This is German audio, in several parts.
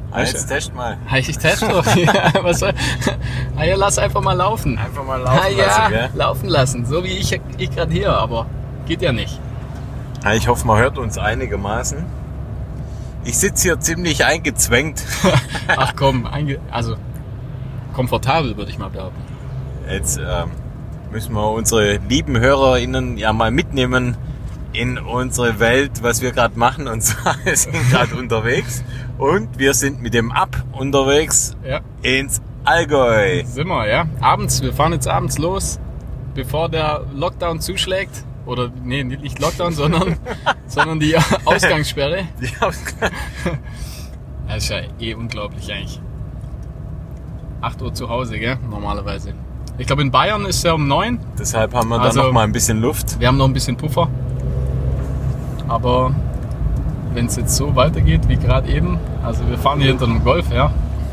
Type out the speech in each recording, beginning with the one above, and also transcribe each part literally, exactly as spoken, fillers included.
Ah, jetzt test mal. Ich teste doch. Ja, was soll? Ah, ja, lass einfach mal laufen. Einfach mal laufen ah, ja, lassen, gell? laufen lassen. So wie ich, ich gerade hier, aber geht ja nicht. Ja, ich hoffe, man hört uns einigermaßen. Ich sitze hier ziemlich eingezwängt. Ach komm, einge- also komfortabel würde ich mal behaupten. Jetzt ähm, müssen wir unsere lieben HörerInnen ja mal mitnehmen in unsere Welt, was wir gerade machen. Und zwar wir sind gerade unterwegs und wir sind mit dem Up unterwegs Ja. ins Allgäu. Sind wir, ja. Abends, wir fahren jetzt abends los, bevor der Lockdown zuschlägt. Oder, nee, nicht Lockdown, sondern, sondern die Ausgangssperre. Die Ausgang- Das ist ja eh unglaublich eigentlich. acht Uhr zu Hause, gell, normalerweise. Ich glaube, in Bayern ist er um neun. Deshalb haben wir Also- da noch mal ein bisschen Luft. Wir haben noch ein bisschen Puffer. Aber wenn es jetzt so weitergeht wie gerade eben, also wir fahren hier hinter einem Golf, ja,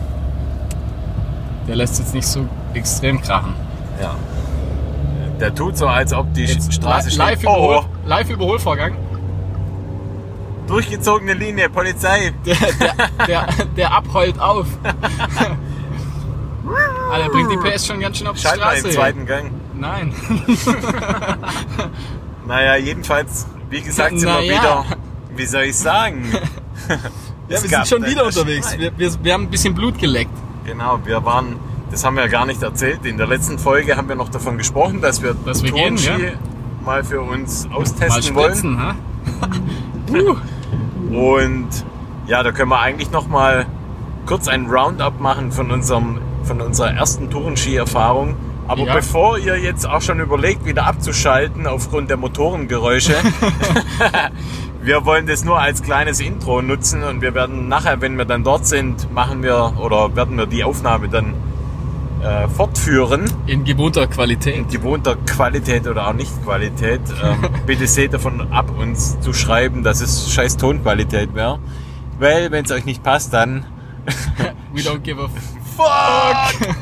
der lässt jetzt nicht so extrem krachen. Ja. Der tut so, als ob die Jetzt Straße li- steht. live, Oh, Überhol- oh, live Überholvorgang. durchgezogene Linie, Polizei. Der, der, der, der abheult auf. Ah, der bringt die P S schon ganz schön auf die Schalt mal Straße. im zweiten Gang. Nein. Naja, jedenfalls, wie gesagt, sind wir Naja. wieder, wie soll ich sagen? Ja, Es wir gab sind schon da wieder das unterwegs. Streit. Wir, wir, wir haben ein bisschen Blut geleckt. Genau, wir waren, das haben wir ja gar nicht erzählt. In der letzten Folge haben wir noch davon gesprochen, dass wir, Dass wir gehen, Turnsski ja. mal für uns Mal austesten wollen. spritzen, ha? Puh. Und ja, da können wir eigentlich noch mal kurz einen Roundup machen von unserem, von unserer ersten Tourenski-Erfahrung. Aber Ja. bevor ihr jetzt auch schon überlegt, wieder abzuschalten aufgrund der Motorengeräusche, wir wollen das nur als kleines Intro nutzen und wir werden nachher, wenn wir dann dort sind, machen wir oder werden wir die Aufnahme dann äh, fortführen. In gewohnter Qualität. In gewohnter Qualität oder auch nicht Qualität. Ähm, bitte seht davon ab, uns zu schreiben, dass es scheiß Tonqualität wäre. Weil, wenn es euch nicht passt, dann We don't give a fuck!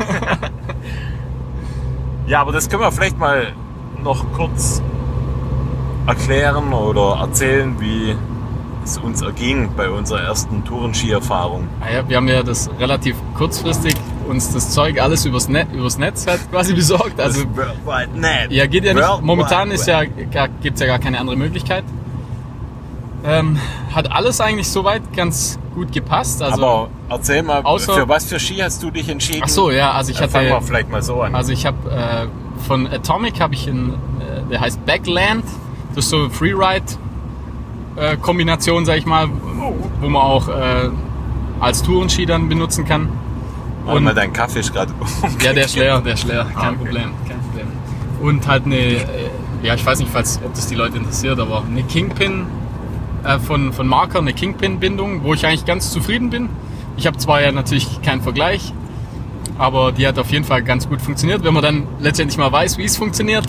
Ja, aber das können wir vielleicht mal noch kurz erklären oder erzählen, wie es uns erging bei unserer ersten Tourenski-Erfahrung. Ah ja, wir haben ja das relativ kurzfristig uns das Zeug alles übers, Net, übers Netz halt quasi besorgt. Also Das Worldwide Net. ja, geht ja nicht. Worldwide Momentan ist ja, Web. gar, gibt's ja gar keine andere Möglichkeit. Ähm, hat alles eigentlich soweit ganz gut gepasst. Also, Aber erzähl mal, außer- für was für Ski hast du dich entschieden? ach so, ja, also ich Dann fangen wir hatte, vielleicht mal so an. also ich habe äh, von Atomic habe ich einen, äh, der heißt Backland. Das ist so eine Freeride-Kombination, sag ich mal, wo man auch äh, als Tourenski dann benutzen kann. Warte mal, dein Kaffee ist gerade Ja, der ist leer, der ist leer, kein Ah, okay. Problem, kein Problem. Und halt eine, äh, ja, ich weiß nicht, falls, ob das die Leute interessiert, aber eine Kingpin äh, von, von Marker, eine Kingpin-Bindung, wo ich eigentlich ganz zufrieden bin. Ich habe zwar ja natürlich keinen Vergleich, aber die hat auf jeden Fall ganz gut funktioniert, wenn man dann letztendlich mal weiß, wie es funktioniert.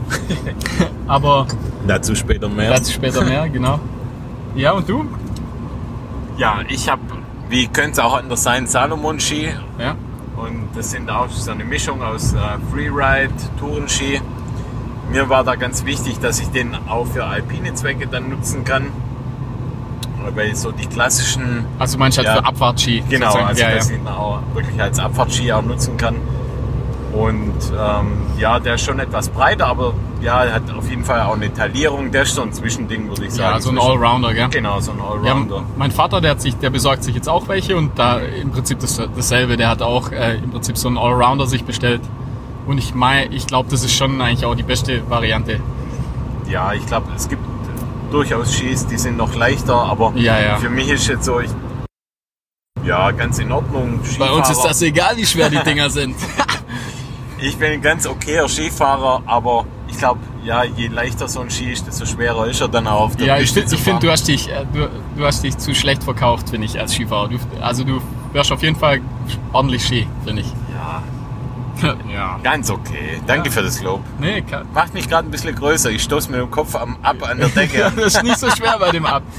Aber Dazu später mehr. dazu später mehr, genau. Ja, und du? Ja, ich habe, wie könnte es auch anders sein, Salomon-Ski. Ja, Und das sind auch so eine Mischung aus äh, Freeride, Tourenski. Mir war da ganz wichtig, dass ich den auch für alpine Zwecke dann nutzen kann. Weil so die klassischen, also meinst du halt Ja. für Abfahrtski? genau, sozusagen. also ja, dass ja. ich ihn auch wirklich als Abfahrtski auch nutzen kann. Und ähm, ja, der ist schon etwas breiter, aber ja, er hat auf jeden Fall auch eine Taillierung. Der ist so ein Zwischending, würde ich sagen. Ja, so ein zwischen- Allrounder, gell? Genau, so ein Ja, Allrounder. mein Vater, der hat sich, der besorgt sich jetzt auch welche und da im Prinzip das, dasselbe. Der hat auch äh, im Prinzip so einen Allrounder sich bestellt. Und ich meine, ich glaube, das ist schon eigentlich auch die beste Variante. Ja, ich glaube, es gibt durchaus Skis, die sind noch leichter, aber Ja, ja. für mich ist jetzt so, ich, ja, ganz in Ordnung. Bei Skifahrer. uns ist das egal, wie schwer die Dinger sind. Ich bin ein ganz okayer Skifahrer, aber ich glaube, ja, je leichter so ein Ski ist, desto schwerer ist er dann auch auf der Ja, ich Piste finde, zu ich find, fahren. du, hast dich, äh, du, du hast dich zu schlecht verkauft, finde ich, als Skifahrer. Du, also du wärst auf jeden Fall ordentlich Ski, finde ich. Ja, Ja. ganz okay. Danke Ja. für das Lob. Nee, kann, Macht mich gerade ein bisschen größer. Ich stoße mit dem Kopf am, ab an der Decke. das ist nicht so schwer bei dem Ab.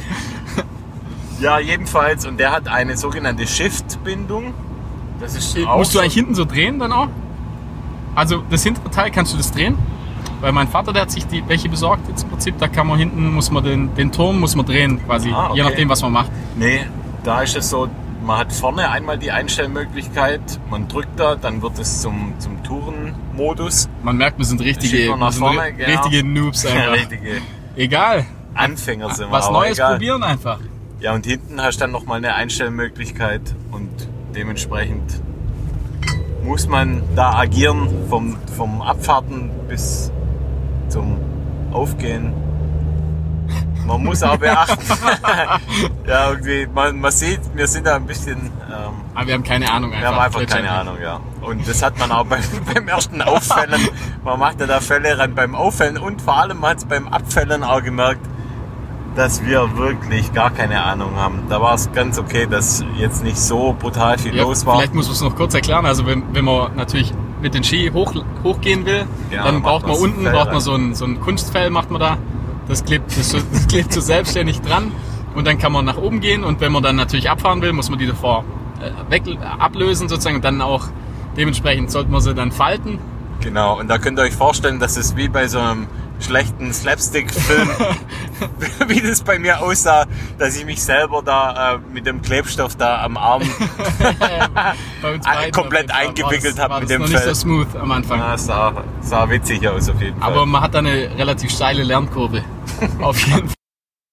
Ja, jedenfalls. Und der hat eine sogenannte Shift-Bindung. Das ist auch Musst du so- eigentlich hinten so drehen dann auch? Also das hintere Teil, kannst du das drehen? Weil mein Vater, der hat sich die welche besorgt jetzt im Prinzip. Da kann man hinten, muss man den, den Turm muss man drehen quasi, Ah, okay. je nachdem was man macht. Nee, da ist es so, man hat vorne einmal die Einstellmöglichkeit, man drückt da, dann wird es zum, zum Tourenmodus. Man merkt, wir sind richtige, man nach wir vorne, sind genau. richtige Noobs einfach. Richtige Egal. Anfänger sind wir. Was aber Neues egal. probieren einfach. Ja, und hinten hast du dann nochmal eine Einstellmöglichkeit und dementsprechend muss man da agieren vom, vom Abfahrten bis zum Aufgehen. Man muss auch beachten. Ja, irgendwie, man, man sieht, wir sind da ein bisschen. Ähm, Aber wir haben keine Ahnung einfach. wir haben einfach keine Ahnung, ja. Und das hat man auch beim, beim ersten Auffällen. Man macht ja da Fälle ran beim Auffällen und vor allem hat es beim Abfällen auch gemerkt, dass wir wirklich gar keine Ahnung haben. Da war es ganz okay, dass jetzt nicht so brutal viel Ja, los war. vielleicht muss man es noch kurz erklären. Also wenn, wenn man natürlich mit den Ski hoch, hochgehen will, Ja, dann dann braucht macht man man's unten Fell braucht man rein. so ein, so ein Kunstfell, macht man da. Das klebt, das, das klebt so selbstständig dran und dann kann man nach oben gehen und wenn man dann natürlich abfahren will, muss man die davor äh, weg, ablösen sozusagen und dann auch dementsprechend sollte man sie dann falten. Genau, und da könnt ihr euch vorstellen, dass es wie bei so einem schlechten Slapstick-Film, wie das bei mir aussah, dass ich mich selber da äh, mit dem Klebstoff da am Arm Bei uns Ein- beiden komplett auf jeden Fall eingewickelt war das- hab war mit das dem noch nicht Fell. so smooth am Anfang. Ja, sah, sah witzig aus auf jeden Fall. Aber man hat da eine relativ steile Lernkurve. Auf jeden Fall.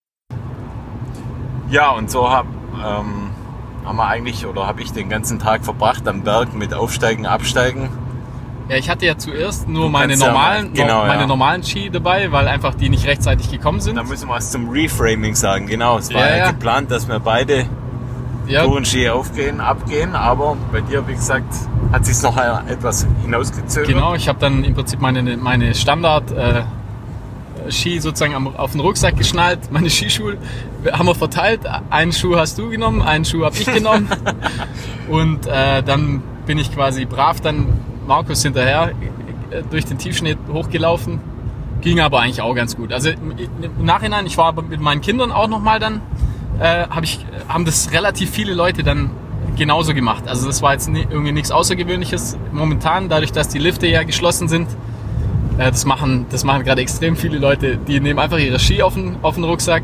Ja, und so hab, ähm, haben wir eigentlich, oder habe ich den ganzen Tag verbracht am Berg mit Aufsteigen, Absteigen. Ja, ich hatte ja zuerst nur Du meine kannst ja normalen, mal- genau, no, meine ja. normalen Ski dabei, weil einfach die nicht rechtzeitig gekommen sind. Da müssen wir was zum Reframing sagen. Genau, es war Ja, ja, ja. geplant, dass wir beide Ja, Tourenski aufgehen, abgehen, aber bei dir, wie gesagt, hat sich noch etwas hinausgezögert. genau. Ich habe dann im Prinzip meine, meine Standard äh, Ski sozusagen am, auf den Rucksack geschnallt, meine Skischuhe haben wir verteilt. Einen Schuh hast du genommen, einen Schuh habe ich genommen und äh, dann bin ich quasi brav dann Markus hinterher äh, durch den Tiefschnee hochgelaufen. Ging aber eigentlich auch ganz gut. Also im im Nachhinein, ich war mit meinen Kindern auch nochmal dann, äh, hab ich, haben das relativ viele Leute dann genauso gemacht. Also das war jetzt ni- irgendwie nichts Außergewöhnliches. Momentan, dadurch, dass die Lifte ja geschlossen sind, äh, das machen, das machen gerade extrem viele Leute. Die nehmen einfach ihre Ski auf den, auf den Rucksack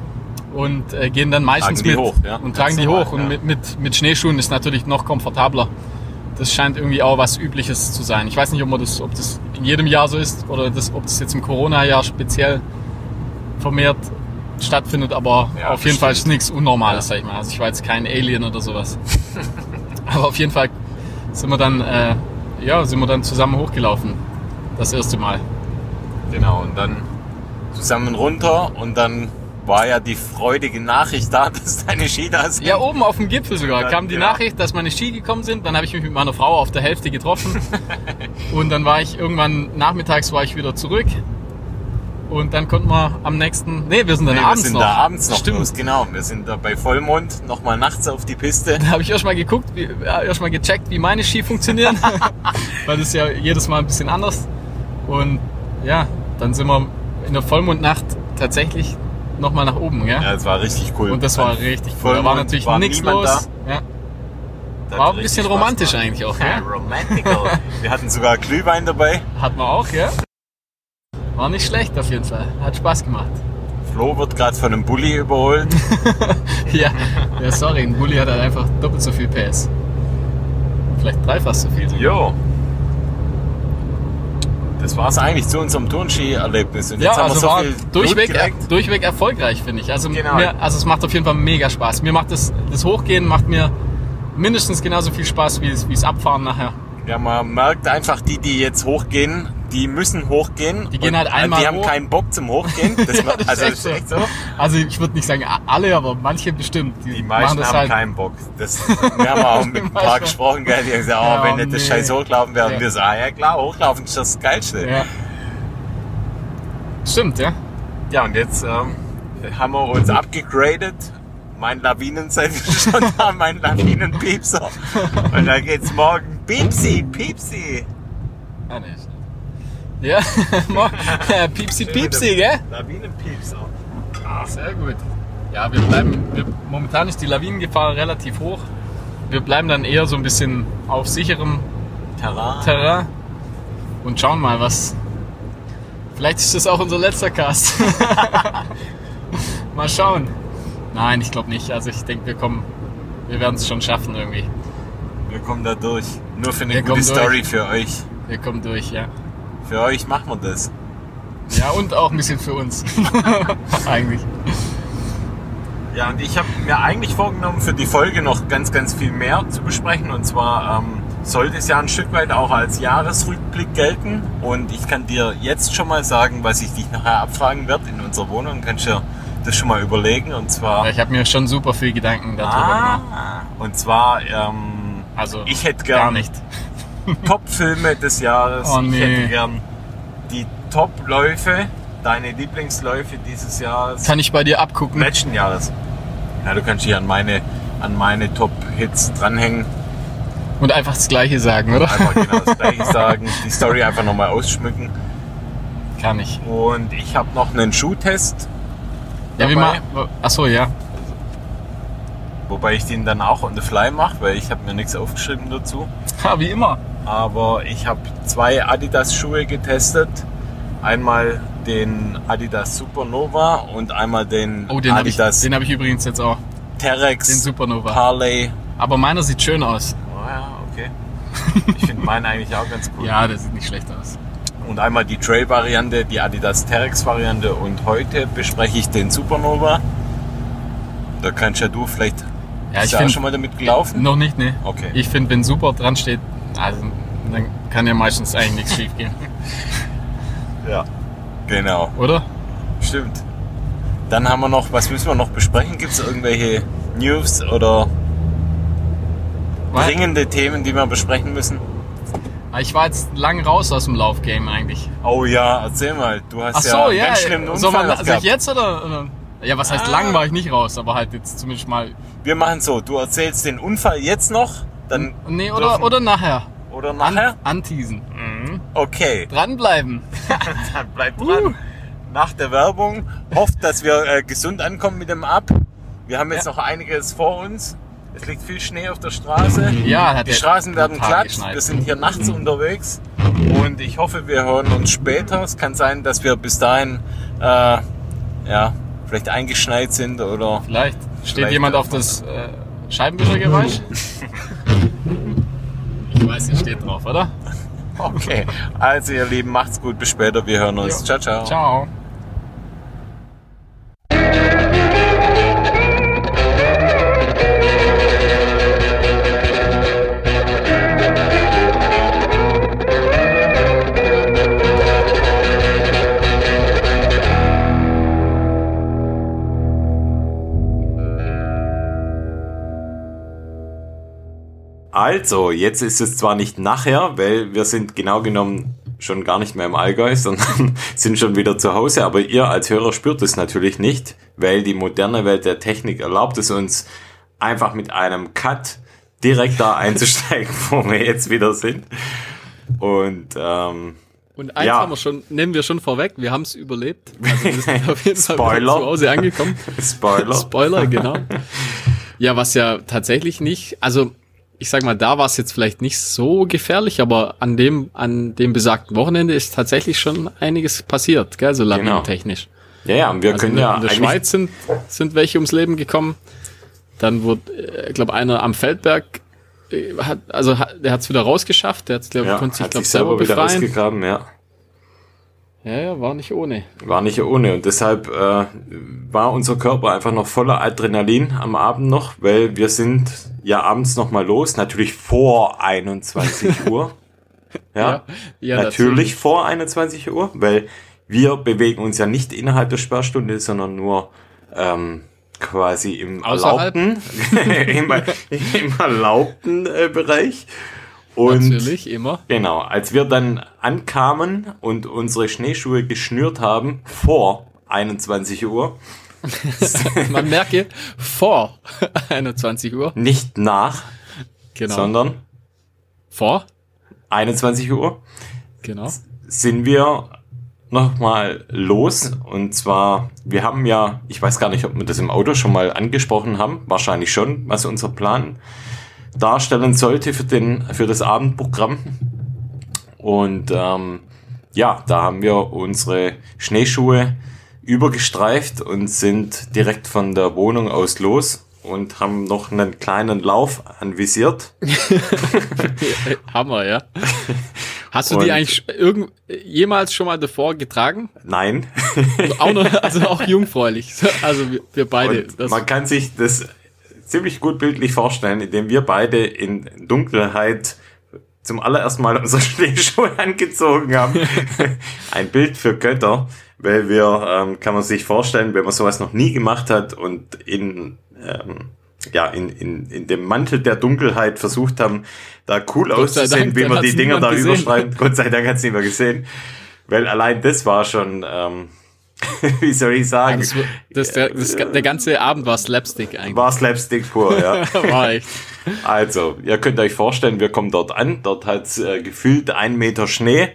und äh, gehen dann meistens Tragen die mit hoch, ja. und Ganz tragen die normal, hoch. Und ja. mit, mit, mit Schneeschuhen ist natürlich noch komfortabler. Das scheint irgendwie auch was Übliches zu sein. Ich weiß nicht, ob, man das, ob das in jedem Jahr so ist oder das, ob das jetzt im Corona-Jahr speziell vermehrt stattfindet, aber Ja, auf jeden Fall ist bestimmt. nichts Unnormales, Ja. sag ich mal. Also ich war jetzt kein Alien oder sowas. Aber auf jeden Fall sind wir dann, äh, ja, sind wir dann zusammen hochgelaufen. Das erste Mal. Genau, und dann zusammen runter und dann war ja die freudige Nachricht da, dass deine Ski da sind. Ja, oben auf dem Gipfel sogar Ja, kam die ja. Nachricht, dass meine Ski gekommen sind. Dann habe ich mich mit meiner Frau auf der Hälfte getroffen. Und dann war ich irgendwann, nachmittags war ich wieder zurück. Und dann konnten wir am nächsten, nee, wir sind dann Nee, abends wir sind noch. da abends noch Stimmt. los, genau. Wir sind da bei Vollmond nochmal nachts auf die Piste. Da habe ich erst mal geguckt, wie, ja, erst mal gecheckt, wie meine Ski funktionieren. Weil das ist ja jedes Mal ein bisschen anders. Und ja, dann sind wir in der Vollmondnacht tatsächlich nochmal nach oben. Ja? Ja, das war richtig cool. Und das war richtig cool. Da war Vollmond, natürlich war nichts niemand los. Ja. Da War hat ein richtig bisschen Spaß romantisch gemacht. eigentlich auch. Ja, Ja? romantical. Wir hatten sogar Glühwein dabei. Hatten wir auch, ja. War nicht schlecht auf jeden Fall. Hat Spaß gemacht. Flo wird gerade von einem Bulli überholt. Ja, ja, sorry, ein Bulli hat halt einfach doppelt so viel P S. Vielleicht dreifach so viel. sogar. Jo. Das war es eigentlich zu unserem Turnski-Erlebnis. Und Ja, jetzt haben also wir so war viel Blut durchweg, geleckt. durchweg erfolgreich, finde ich. Also, Genau. mir, also es macht auf jeden Fall mega Spaß. Mir macht das, das Hochgehen macht mir mindestens genauso viel Spaß wie das, wie das Abfahren nachher. Ja, man merkt einfach, die, die jetzt hochgehen, die müssen hochgehen. Die gehen Und, halt einmal äh, Die haben hoch. keinen Bock zum Hochgehen. Das, Ja, war- das ist also echt ist so. echt so. Also ich würde nicht sagen alle, aber manche bestimmt. Die machen meisten das haben halt. keinen Bock. Das, wir haben auch mit ein paar Manchmal. gesprochen, gell? Die haben gesagt, oh, Ja, wenn nicht das nee. Scheiß hochlaufen wäre. Und Ja. wir sagen, ja klar, hochlaufen ist das Geilste. Ja. Stimmt, ja. Ja, und jetzt ähm, haben wir uns abgegradet. Mein Lawinenseil ist schon da, mein Lawinenpiepser. Und dann geht's morgen Piepsi, Piepsi. Ah, nee. Ja, ja, Piepsi, Piepsi, gell? Lawinenpiepser. Ah, sehr gut. Ja, wir bleiben, wir, momentan ist die Lawinengefahr relativ hoch. Wir bleiben dann eher so ein bisschen auf sicherem Terrain. Terrain und schauen mal, was. Vielleicht ist das auch unser letzter Cast. Mal schauen. Nein, ich glaube nicht. Also ich denke, wir kommen wir werden es schon schaffen irgendwie. Wir kommen da durch. Nur für eine Wir gute kommen Story durch. für euch. Wir kommen durch, ja. Für euch machen wir das. Ja, und auch ein bisschen für uns. Eigentlich. Ja, und ich habe mir eigentlich vorgenommen, für die Folge noch ganz, ganz viel mehr zu besprechen. Und zwar ähm, sollte es ja ein Stück weit auch als Jahresrückblick gelten. Und ich kann dir jetzt schon mal sagen, was ich dich nachher abfragen werde in unserer Wohnung. Kannst du das schon mal überlegen. Und zwar... Ja, ich habe mir schon super viel Gedanken darüber ah, gemacht. Und zwar, ähm, Also, ich hätte gar gern nicht. Top-Filme des Jahres. Oh, nee. Ich hätte gern die Top-Läufe, deine Lieblingsläufe dieses Jahres. Kann ich bei dir abgucken? Letzten Jahres. Ja, du kannst hier an meine, an meine Top-Hits dranhängen. Und einfach das Gleiche sagen, oder? Einfach genau das Gleiche sagen. Die Story einfach nochmal ausschmücken. Kann ich. Und ich habe noch einen Schuhtest. Ja, wie dabei, mal. Achso, ja. Wobei ich den dann auch on the fly mache, weil ich habe mir nichts aufgeschrieben dazu. Ha, wie immer. Aber ich habe zwei Adidas-Schuhe getestet. Einmal den Adidas Supernova und einmal den, Oh, den habe ich, Adidas den hab ich übrigens jetzt auch. Terex Den Supernova. Parley. Aber meiner sieht schön aus. Oh ja, okay. Ich finde meinen eigentlich auch ganz cool. Ja, der sieht nicht schlecht aus. Und einmal die Trail-Variante, die Adidas Terex-Variante. Und heute bespreche ich den Supernova. Da kannst ja du vielleicht... Ja, Bist ich du auch find- schon mal damit gelaufen? Noch nicht, ne? Okay. Ich finde, wenn super dran steht, also, dann kann ja meistens eigentlich nichts schief gehen. Ja. Genau. Oder? Stimmt. Dann haben wir noch, was müssen wir noch besprechen? Gibt es irgendwelche News oder Weil- dringende Themen, die wir besprechen müssen? Ich war jetzt lang raus aus dem Laufgame eigentlich. Oh ja, erzähl mal. Du hast Ach so, ja einen ja. ganz schlimmen Soll, Unfall man, noch soll gehabt. ich jetzt oder, oder? Ja, was heißt Ah. lang war ich nicht raus, aber halt jetzt zumindest mal. Wir machen so, du erzählst den Unfall jetzt noch, dann Nee, oder, dürfen- oder nachher. oder nachher? An, anteasen. Mhm. Okay, Dranbleiben. dann bleib dran. Nach der Werbung. Hofft, dass wir äh, gesund ankommen mit dem Ab. Wir haben jetzt Ja. noch einiges vor uns. Es liegt viel Schnee auf der Straße. Ja, hat Die ja Straßen werden total glatt. geschneit. Wir sind hier nachts unterwegs. Und ich hoffe, wir hören uns später. Es kann sein, dass wir bis dahin äh, ja, vielleicht eingeschneit sind oder... Vielleicht steht Vielleicht jemand auch. auf das äh, Scheibenwischergeräusch. Ich weiß, es steht drauf, oder? Okay, also ihr Lieben, macht's gut. Bis später. Wir hören uns. Ciao, ciao. Ciao. Also, jetzt ist es zwar nicht nachher, weil wir sind genau genommen schon gar nicht mehr im Allgäu, sondern sind schon wieder zu Hause, aber ihr als Hörer spürt es natürlich nicht, weil die moderne Welt der Technik erlaubt es uns, einfach mit einem Cut direkt da einzusteigen, wo wir jetzt wieder sind. Und ähm, Und eins Ja. haben wir schon, nehmen wir schon vorweg, wir haben es überlebt. Also wir sind auf jeden Fall wieder Spoiler. zu Hause angekommen. Spoiler. Spoiler, genau. Ja, was ja tatsächlich nicht, also ich sag mal, da war es jetzt vielleicht nicht so gefährlich, aber an dem, an dem besagten Wochenende ist tatsächlich schon einiges passiert, gell, so lawinentechnisch. Ja, ja, und wir Also können in, der- ja in der eigentlich... Schweiz sind, sind welche ums Leben gekommen. Dann wurde, ich glaube, einer am Feldberg, äh, hat, also hat, der hat es wieder rausgeschafft, der hat's, glaub, ja, konnte sich, hat glaube sich selber selber wieder befreien. ausgegraben, ja. Ja, ja, war nicht ohne. War nicht ohne und deshalb äh, war unser Körper einfach noch voller Adrenalin am Abend noch, weil wir sind ja abends noch mal los, natürlich vor einundzwanzig Uhr. Ja, ja, natürlich vor einundzwanzig Uhr, weil wir bewegen uns ja nicht innerhalb der Sperrstunde, sondern nur ähm, quasi im Außerhalb? erlaubten, im, im erlaubten äh, Bereich. Und Natürlich, immer. genau, als wir dann ankamen und unsere Schneeschuhe geschnürt haben vor einundzwanzig Uhr, Man merke, vor einundzwanzig Uhr. nicht nach, Genau. sondern Vor? einundzwanzig Uhr, Genau. sind wir nochmal los. Und zwar, wir haben ja, ich weiß gar nicht, ob wir das im Auto schon mal angesprochen haben, wahrscheinlich schon, was unser Plan darstellen sollte für, den, für das Abendprogramm. Und ähm, ja, da haben wir unsere Schneeschuhe übergestreift und sind direkt von der Wohnung aus los. und haben noch einen kleinen Lauf anvisiert. Hammer, ja. Hast du Und die eigentlich irgend, jemals schon mal davor getragen? Nein. Auch noch, also auch jungfräulich. Also wir, wir beide. Und Das man kann sich das ziemlich gut bildlich vorstellen, indem wir beide in Dunkelheit zum allerersten Mal unsere Schneeschuhe angezogen haben. Ein Bild für Götter, weil wir, ähm, kann man sich vorstellen, wenn man sowas noch nie gemacht hat und in, ähm, ja, in, in, in dem Mantel der Dunkelheit versucht haben, da cool auszusehen, Dank, wie man die Dinger da gesehen. überschreiben. Gott sei Dank hat es niemand gesehen. Weil allein das war schon, ähm, wie soll ich sagen? das, das, der, das, der ganze Abend war Slapstick eigentlich. War Slapstick pur, ja. War echt. Also, ihr könnt euch vorstellen, wir kommen dort an. Dort hat es äh, gefühlt ein Meter Schnee.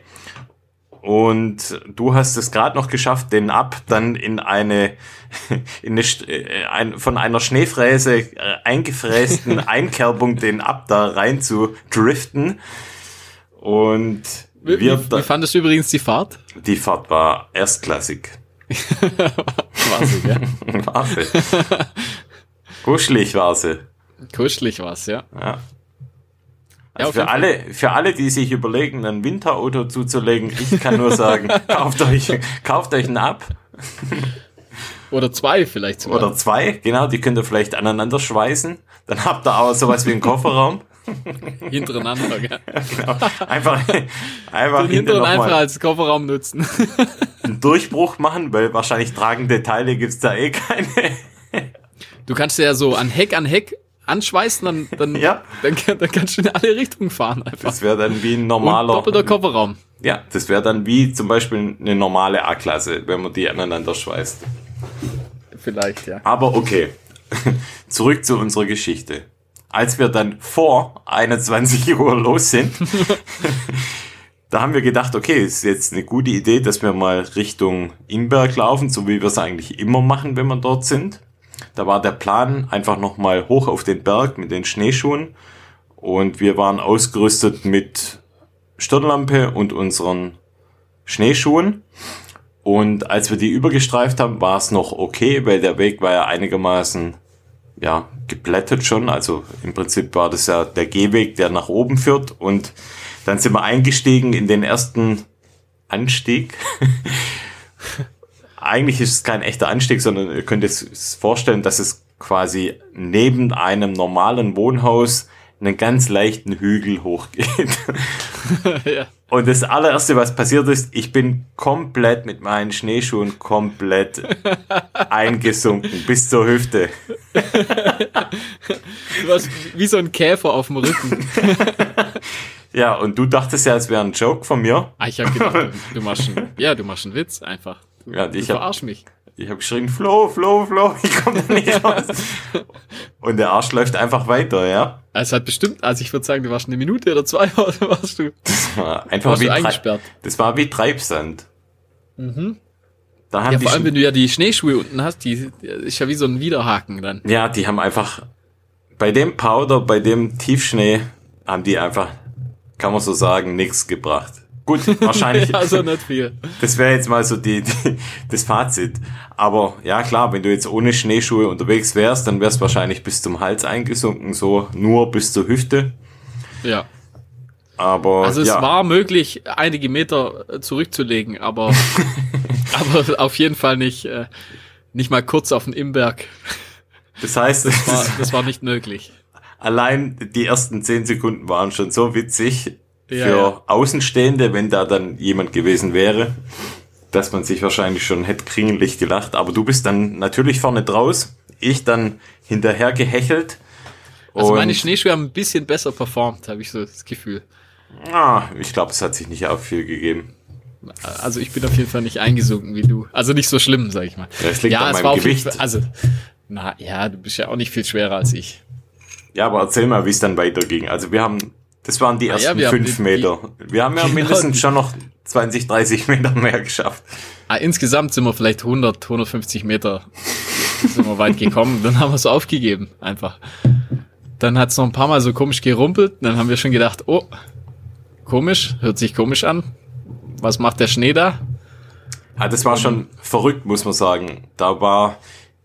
Und du hast es gerade noch geschafft, den Ab dann in eine, in eine äh, ein, von einer Schneefräse äh, eingefrästen Einkerbung den Ab da rein zu driften. Und Wie, wir wie, da, wie fandest du übrigens die Fahrt? die Fahrt war erstklassig. War sie, ja. War sie. Kuschelig war sie. Kuschelig war's, ja. Ja. Ja, Also auf für jeden alle, für alle, die sich überlegen, ein Winterauto zuzulegen, ich kann nur sagen, kauft euch, kauft euch einen Ab. Oder zwei vielleicht sogar. Oder zwei, genau, die könnt ihr vielleicht aneinander schweißen. Dann habt ihr auch sowas wie einen Kofferraum. Hintereinander, gell? Genau. Einfach, einfach Den hinten hinteren einfach nochmal als Kofferraum nutzen. einen Durchbruch machen, weil wahrscheinlich tragende Teile gibt's da eh keine. Du kannst ja so an Heck an Heck anschweißen, dann, dann, Ja. dann, dann kannst du in alle Richtungen fahren einfach. Das wäre dann wie ein Und normaler. doppelter Kofferraum. Ja, das wäre dann wie zum Beispiel eine normale A-Klasse, wenn man die aneinander schweißt. Vielleicht, ja. Aber okay, zurück zu unserer Geschichte. Als wir dann vor einundzwanzig Uhr los sind, da haben wir gedacht, okay, ist jetzt eine gute Idee, dass wir mal Richtung Imberg laufen, so wie wir es eigentlich immer machen, wenn wir dort sind. Da war der Plan, einfach nochmal hoch auf den Berg mit den Schneeschuhen. Und wir waren ausgerüstet mit Stirnlampe und unseren Schneeschuhen. Und als wir die übergestreift haben, war es noch okay, weil der Weg war ja einigermaßen ja, geblättet schon. Also im Prinzip war das ja der Gehweg, der nach oben führt. Und dann sind wir eingestiegen in den ersten Anstieg. Eigentlich ist es kein echter Anstieg, sondern ihr könnt es vorstellen, dass es quasi neben einem normalen Wohnhaus einen ganz leichten Hügel hochgeht. Ja. Und das allererste, was passiert ist, ich bin komplett mit meinen Schneeschuhen komplett eingesunken, bis zur Hüfte. Du warst wie so ein Käfer auf dem Rücken. Ja, und du dachtest ja, es wäre ein Joke von mir. Ah, ich hab gedacht, du, du machst einen, ja, du machst einen Witz einfach. Du, Ja, du ich hab- verarsch mich. Ich habe geschrien, Flo, Flo, Flo, ich komme da nicht raus. Und der Arsch läuft einfach weiter, ja. Es hat bestimmt, also ich würde sagen, du warst eine Minute oder zwei, oder warst du? Das war einfach Warst wie du Trei- eingesperrt? Das war wie Treibsand. Mhm. Da haben Ja, die vor allem, Schn- wenn du ja die Schneeschuhe unten hast, die die ist ja wie so ein Widerhaken dann. Ja, die haben einfach, bei dem Powder, bei dem Tiefschnee, haben die einfach, kann man so sagen, nichts gebracht. Gut, wahrscheinlich, Also nicht viel. das wäre jetzt mal so die, die, das Fazit. Aber ja, klar, wenn du jetzt ohne Schneeschuhe unterwegs wärst, dann wärst wahrscheinlich bis zum Hals eingesunken, so nur bis zur Hüfte. Ja. Aber Also es ja, war möglich, einige Meter äh, zurückzulegen, aber, aber auf jeden Fall nicht, äh, nicht mal kurz auf den Imberg. das heißt, War, das war nicht möglich. allein die ersten zehn Sekunden waren schon so witzig Ja, für ja. Außenstehende, wenn da dann jemand gewesen wäre, dass man sich wahrscheinlich schon hätte kringelig gelacht. Aber du bist dann natürlich vorne draus, ich dann hinterher gehechelt. Also und, meine Schneeschuhe haben ein bisschen besser performt, habe ich so das Gefühl. ah, ich glaube, es hat sich nicht auf viel gegeben. Also ich bin auf jeden Fall nicht eingesunken wie du. Also nicht so schlimm, sag ich mal. Ja, es liegt an meinem war auf jeden Gewicht. Fall, also, na ja, du bist ja auch nicht viel schwerer als ich. Ja, aber erzähl mal, wie es dann weiterging. Also wir haben, das waren die ja, ersten wir haben fünf die- Meter. Wir haben ja Genau, mindestens die- schon noch zwanzig, dreißig Meter mehr geschafft. Ah, insgesamt sind wir vielleicht hundert, hundertfünfzig Meter sind wir weit gekommen. Dann haben wir es aufgegeben, einfach. Dann hat es noch ein paar Mal so komisch gerumpelt. Dann haben wir schon gedacht, oh, komisch, hört sich komisch an. Was macht der Schnee da? Ja, das war schon verrückt, muss man sagen. Da war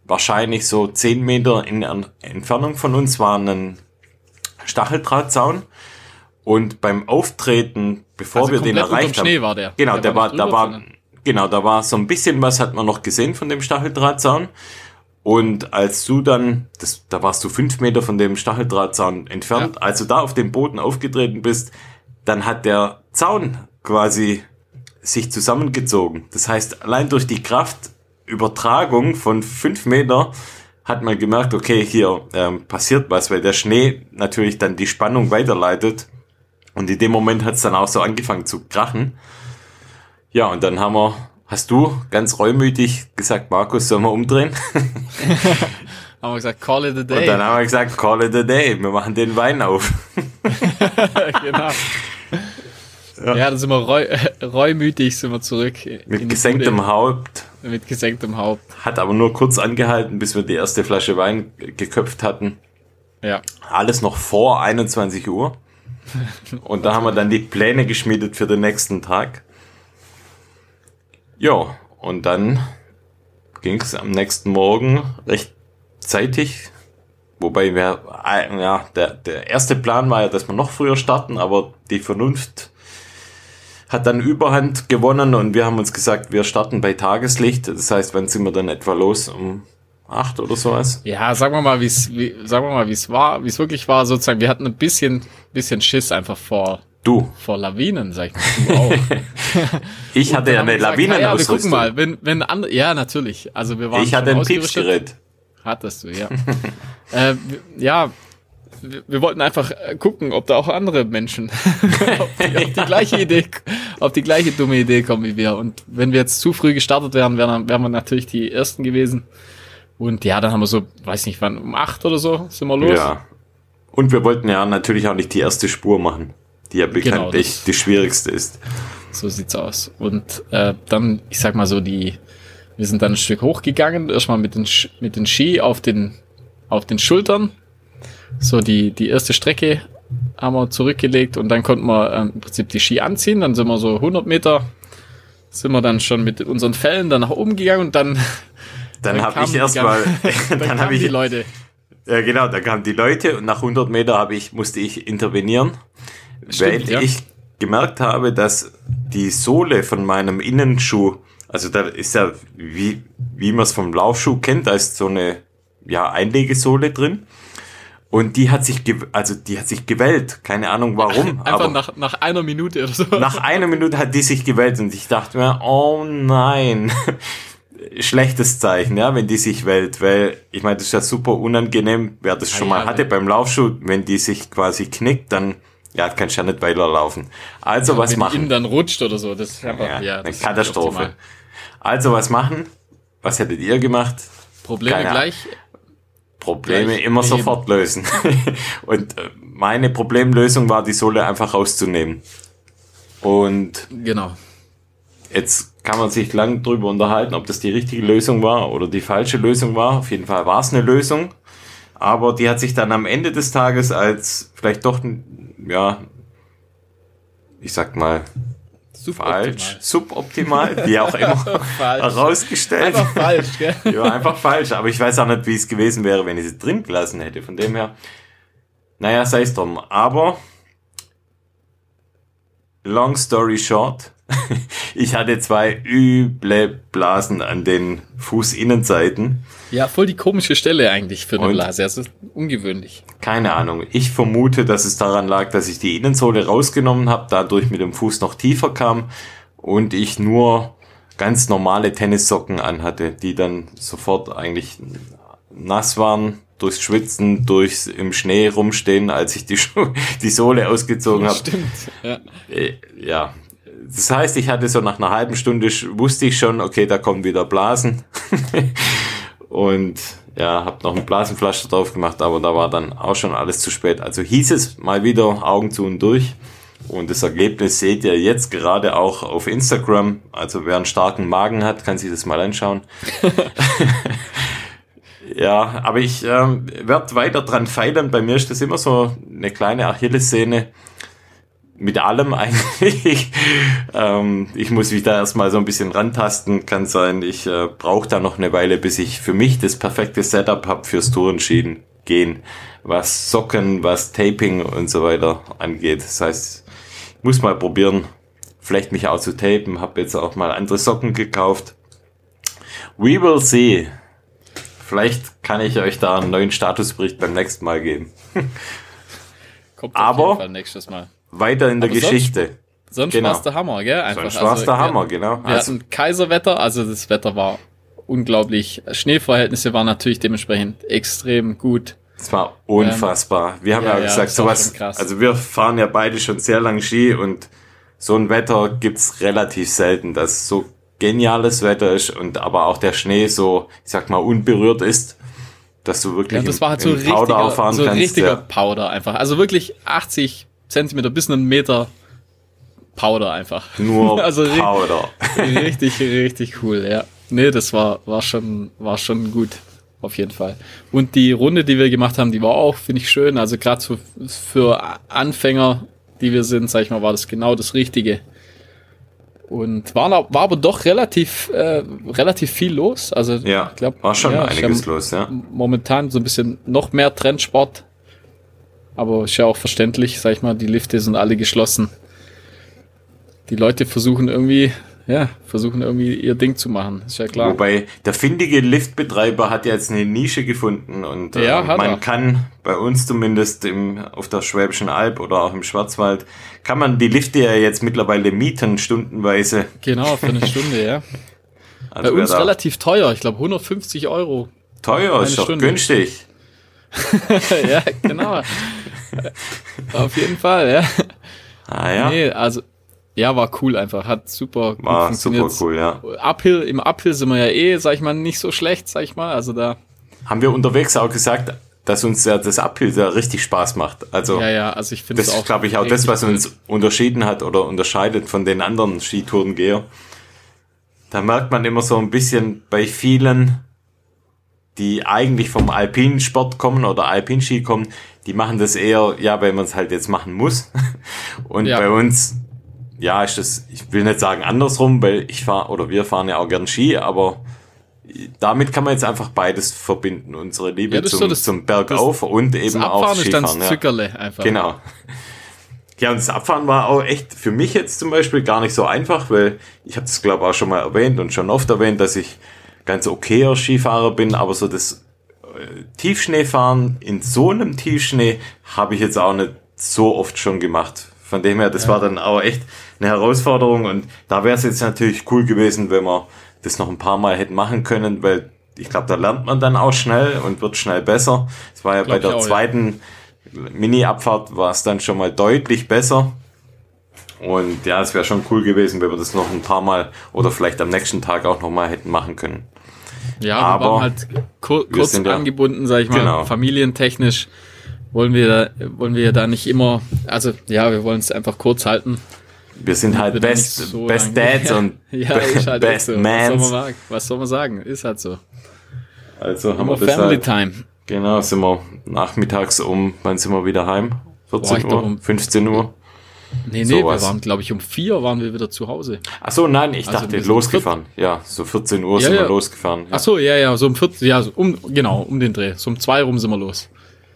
wahrscheinlich so zehn Meter in Entfernung von uns war ein Stacheldrahtzaun. Und beim Auftreten, bevor also wir den erreicht haben, Schnee war der. Genau, der, der war, war da war, genau, da war so ein bisschen was hat man noch gesehen von dem Stacheldrahtzaun. Und als du dann, das, da warst du fünf Meter von dem Stacheldrahtzaun entfernt, ja. Als du da auf dem Boden aufgetreten bist, dann hat der Zaun quasi sich zusammengezogen. Das heißt, allein durch die Kraftübertragung von fünf Meter hat man gemerkt, okay, hier ähm, passiert was, weil der Schnee natürlich dann die Spannung weiterleitet. Und in dem Moment hat es dann auch so angefangen zu krachen. Ja, und dann haben wir, hast du ganz reumütig gesagt, Markus, sollen wir umdrehen? Haben wir gesagt, call it a day. Und dann haben wir gesagt, call it a day. Wir machen den Wein auf. Genau. Ja, ja, dann sind wir reu, reumütig sind wir zurück. Mit gesenktem Bude. Haupt. Mit gesenktem Haupt. Hat aber nur kurz angehalten, bis wir die erste Flasche Wein geköpft hatten. Ja. Alles noch vor einundzwanzig Uhr. Und da haben wir dann die Pläne geschmiedet für den nächsten Tag. Ja, und dann ging es am nächsten Morgen recht zeitig. Wobei wir, ja, der, der erste Plan war ja, dass wir noch früher starten, aber die Vernunft hat dann Überhand gewonnen und wir haben uns gesagt, wir starten bei Tageslicht. Das heißt, wann sind wir dann etwa los? Um acht oder sowas? Ja, sagen wir mal, wie es, wie, sagen wir mal, wie es war, wie es wirklich war, sozusagen. Wir hatten ein bisschen, bisschen Schiss einfach vor, du, vor Lawinen, sag ich mal. Du auch. Ich hatte ja eine Lawinenausrüstung. Ja, wir gucken mal, wenn, wenn andere, ja, natürlich. Also wir waren Ich hatte ein Piepsgerät. Hattest du, ja. äh, ja, wir, wir wollten einfach gucken, ob da auch andere Menschen auf, die, auf die gleiche Idee, auf die gleiche dumme Idee kommen wie wir. Und wenn wir jetzt zu früh gestartet wären, wären, wären wir natürlich die Ersten gewesen. Und ja, dann haben wir so, weiß nicht wann, um acht oder so sind wir los. Ja. Und wir wollten ja natürlich auch nicht die erste Spur machen, die ja bekanntlich genau, die schwierigste ist. So sieht's aus. Und äh, dann, ich sag mal so, die, wir sind dann ein Stück hochgegangen, erstmal mit den mit den Ski auf den auf den Schultern. So die die erste Strecke haben wir zurückgelegt und dann konnten wir ähm, im Prinzip die Ski anziehen. Dann sind wir so hundert Meter, sind wir dann schon mit unseren Fällen dann nach oben gegangen und dann Dann, dann habe ich erstmal, dann, dann habe ich die Leute. Ja, genau, dann kamen die Leute und nach hundert Meter habe ich, musste ich intervenieren, Stimmt, weil ja. ich gemerkt habe, dass die Sohle von meinem Innenschuh, also da ist ja, wie, wie man es vom Laufschuh kennt, da ist so eine, ja, Einlegesohle drin. Und die hat sich, also die hat sich gewellt. Keine Ahnung warum. Einfach aber nach, nach einer Minute oder so. Nach einer Minute hat die sich gewellt und ich dachte mir, oh nein. Schlechtes Zeichen, ja, wenn die sich wellt, weil ich meine, das ist ja super unangenehm, wer das schon ja, mal ja, hatte ja. beim Laufschuh, wenn die sich quasi knickt, dann ja, kannst du ja nicht weiterlaufen. Also ja, was wenn machen? Wenn die innen dann rutscht oder so, das ist einfach ja, ja, eine Katastrophe. Also was machen? Was hättet ihr gemacht? Probleme Keine gleich. Probleme gleich immer beheben. Sofort lösen. Und meine Problemlösung war, die Sohle einfach rauszunehmen. Und genau. Jetzt kann man sich lang drüber unterhalten, ob das die richtige Lösung war oder die falsche Lösung war. Auf jeden Fall war es eine Lösung. Aber die hat sich dann am Ende des Tages als vielleicht doch, ja, ich sag mal, suboptimal. falsch, suboptimal, wie auch immer, herausgestellt. Einfach falsch, gell? Ja, einfach falsch. Aber ich weiß auch nicht, wie es gewesen wäre, wenn ich sie drin gelassen hätte. Von dem her, naja, sei es drum. Aber, long story short, ich hatte zwei üble Blasen an den Fußinnenseiten. Ja, voll die komische Stelle eigentlich für eine Blase. Das ist ungewöhnlich. Keine Ahnung. Ich vermute, dass es daran lag, dass ich die Innensohle rausgenommen habe, dadurch mit dem Fuß noch tiefer kam und ich nur ganz normale Tennissocken anhatte, die dann sofort eigentlich nass waren, durchs Schwitzen, durchs im Schnee rumstehen, als ich die, Schu- die Sohle ausgezogen habe. Stimmt, ja. Äh, ja. Das heißt, ich hatte so nach einer halben Stunde, wusste ich schon, okay, da kommen wieder Blasen. Und ja, habe noch ein Blasenpflaster drauf gemacht, aber da war dann auch schon alles zu spät. Also hieß es mal wieder Augen zu und durch. Und das Ergebnis seht ihr jetzt gerade auch auf Instagram. Also wer einen starken Magen hat, kann sich das mal anschauen. Ja, aber ich ähm, werde weiter dran feilen. Bei mir ist das immer so eine kleine Achillessehne. mit allem eigentlich. ähm, ich muss mich da erstmal so ein bisschen rantasten. Kann sein, ich äh, brauche da noch eine Weile, bis ich für mich das perfekte Setup habe fürs Tourenski gehen. Was Socken, was Taping und so weiter angeht. Das heißt, ich muss mal probieren, vielleicht mich auch zu tapen. Habe jetzt auch mal andere Socken gekauft. We will see. Vielleicht kann ich euch da einen neuen Statusbericht beim nächsten Mal geben. Kommt auf Aber jeden Fall nächstes Mal. Weiter in der Aber Geschichte. Sonst, sonst Genau. war es der Hammer, gell? Einfach. Sonst war es also, der Hammer, wir, genau. Wir Also, hatten Kaiserwetter, also das Wetter war unglaublich. Schneeverhältnisse waren natürlich dementsprechend extrem gut. es war unfassbar. Wir haben ja, ja, ja, gesagt, das war sowas, schon krass. also wir fahren ja beide schon sehr lange Ski und so ein Wetter gibt's relativ selten, dass so geniales Wetter ist und aber auch der Schnee so, ich sag mal, unberührt ist, dass du wirklich Ja, das war halt so im Powder auch richtiger, fahren so kannst. richtiger Ja. Powder einfach. Also wirklich achtzig Zentimeter bis einen Meter Powder einfach. Nur also ri- Powder. Richtig, richtig cool, ja. Nee, das war, war schon, war schon gut. Auf jeden Fall. Und die Runde, die wir gemacht haben, die war auch, finde ich, schön. Also gerade so für Anfänger, die wir sind, sag ich mal, war das genau das Richtige. Und war, war aber doch relativ, äh, relativ viel los. Also Ja, ich glaub, war schon ja, einiges ich hab los, ja. Momentan so ein bisschen noch mehr Trendsport. Aber ist ja auch verständlich, sag ich mal, die Lifte sind alle geschlossen. Die Leute versuchen irgendwie, ja, versuchen irgendwie ihr Ding zu machen, ist ja klar. Wobei der findige Liftbetreiber hat jetzt eine Nische gefunden und äh, Ja, hat man er. kann bei uns zumindest im, auf der Schwäbischen Alb oder auch im Schwarzwald, kann man die Lifte ja jetzt mittlerweile mieten, stundenweise. Genau, für eine Stunde, ja. Also Bei wer uns da relativ teuer, ich glaube hundertfünfzig Euro. teuer, ist eine doch Stunde. günstig. Ja, genau. Auf jeden Fall, ja. Ah ja, Nee, also, ja, war cool einfach, hat super gut war super funktioniert. cool, ja. Uphill, im Uphill sind wir ja eh, sag ich mal, nicht so schlecht, sag ich mal, also da, Haben wir unterwegs auch gesagt, dass uns ja das Uphill da richtig Spaß macht. Also ja, ja, also ich finde es das auch. ist, glaube ich, auch das, richtig was cool. uns unterschieden hat oder unterscheidet von den anderen Skitourengeher. Da merkt man immer so ein bisschen bei vielen, die eigentlich vom alpinen Sport kommen oder Alpinski kommen, die machen das eher, ja, weil man es halt jetzt machen muss. Und Ja. bei uns, ja, ist das, ich will nicht sagen andersrum, weil ich fahre oder wir fahren ja auch gern Ski, aber damit kann man jetzt einfach beides verbinden. Unsere Liebe Ja, das ist zum, so das- zum Bergauf und Das eben auch Abfahren ist dann das Skifahren. Ja. Zückerle einfach. Genau. Ja, und das Abfahren war auch echt für mich jetzt zum Beispiel gar nicht so einfach, weil ich habe das, glaube ich, auch schon mal erwähnt und schon oft erwähnt, dass ich ganz okayer Skifahrer bin, aber so das äh, Tiefschneefahren in so einem Tiefschnee habe ich jetzt auch nicht so oft schon gemacht. Von dem her, das Ja. war dann auch echt eine Herausforderung und da wäre es jetzt natürlich cool gewesen, wenn wir das noch ein paar Mal hätten machen können, weil ich glaube, da lernt man dann auch schnell und wird schnell besser. Es war ja Glaub bei der ich auch, ja. zweiten Mini-Abfahrt war es dann schon mal deutlich besser. Und ja, es wäre schon cool gewesen, wenn wir das noch ein paar Mal oder vielleicht am nächsten Tag auch noch mal hätten machen können. Ja, Aber wir waren halt kur kurz sind ja- angebunden, sag ich mal, Genau. familientechnisch wollen wir, da, wollen wir da nicht immer, also ja, wir wollen es einfach kurz halten. Wir sind halt Wir da nicht Best, so Best lange- Dads und ja, ist halt echt Best so. Was soll, Mans. man sagen? Was soll man sagen? Ist halt so. Also haben Immer wir das Family halt, Time. genau, sind wir nachmittags um, wann sind wir wieder heim? vierzehn Boah, ich Uhr, glaub um- fünfzehn Uhr? Nee, nee, Sowas. wir waren, glaube ich, um vier waren wir wieder zu Hause. Ach so, nein, ich Also dachte wir sind losgefahren. Ja, so vierzehn Uhr Ja, sind ja. wir losgefahren. Ja. Ach so, ja, ja, so um vierzehn, ja, so um, genau, um den Dreh. So um zwei rum sind wir los.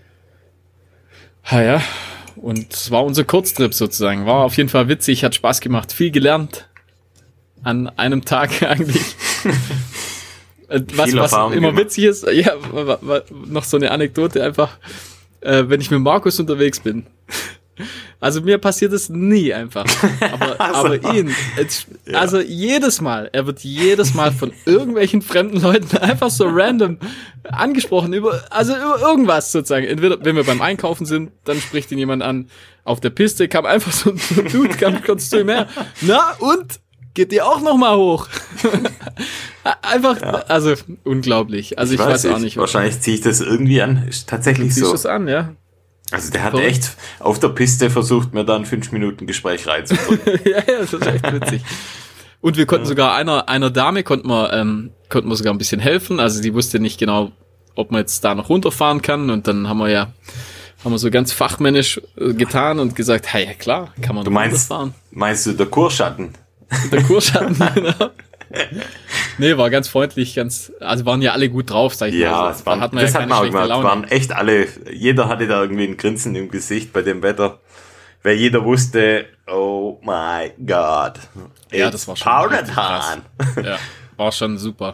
Ja, ja. Und es war unser Kurztrip sozusagen. War auf jeden Fall witzig, hat Spaß gemacht, viel gelernt. An einem Tag eigentlich. Äh, was, Viel was Erfahrung immer gemacht. witzig ist, ja, wa- wa- wa- noch so eine Anekdote einfach, äh, wenn ich mit Markus unterwegs bin. Also mir passiert es nie einfach. Aber, aber ihn, jetzt, also jedes Mal, er wird jedes Mal von irgendwelchen fremden Leuten einfach so random angesprochen über, also über irgendwas sozusagen. Entweder, wenn wir beim Einkaufen sind, dann spricht ihn jemand an. Auf der Piste kam einfach so ein Dude, kam kurz zu ihm her. Na und? Geht ihr auch noch mal hoch? Einfach, also unglaublich. Also ich, weiß auch nicht. Wahrscheinlich ziehe ich das irgendwie an. Ist tatsächlich Siehst du so. es an, ja? Also der hat Verrückt. echt auf der Piste versucht, mir dann fünf Minuten Gespräch reinzudrücken. Ja, ja, das ist echt witzig. Und wir konnten sogar einer, einer Dame konnten wir, ähm, konnten wir sogar ein bisschen helfen. Also die wusste nicht genau, ob man jetzt da noch runterfahren kann. Und dann haben wir ja haben wir so ganz fachmännisch äh, getan und gesagt, hey, ja klar, kann man du meinst, fahren. Meinst du der Kurschatten? Der Kurschatten, genau. Nee, war ganz freundlich, ganz, also waren ja alle gut drauf, sag ich ja, mal. Es waren, da hat man das ja hat man auch gemacht. Es waren echt alle, jeder hatte da irgendwie ein Grinsen im Gesicht bei dem Wetter, weil jeder wusste, oh my God. Ja, das war schon Powder Time. Ja, war schon super.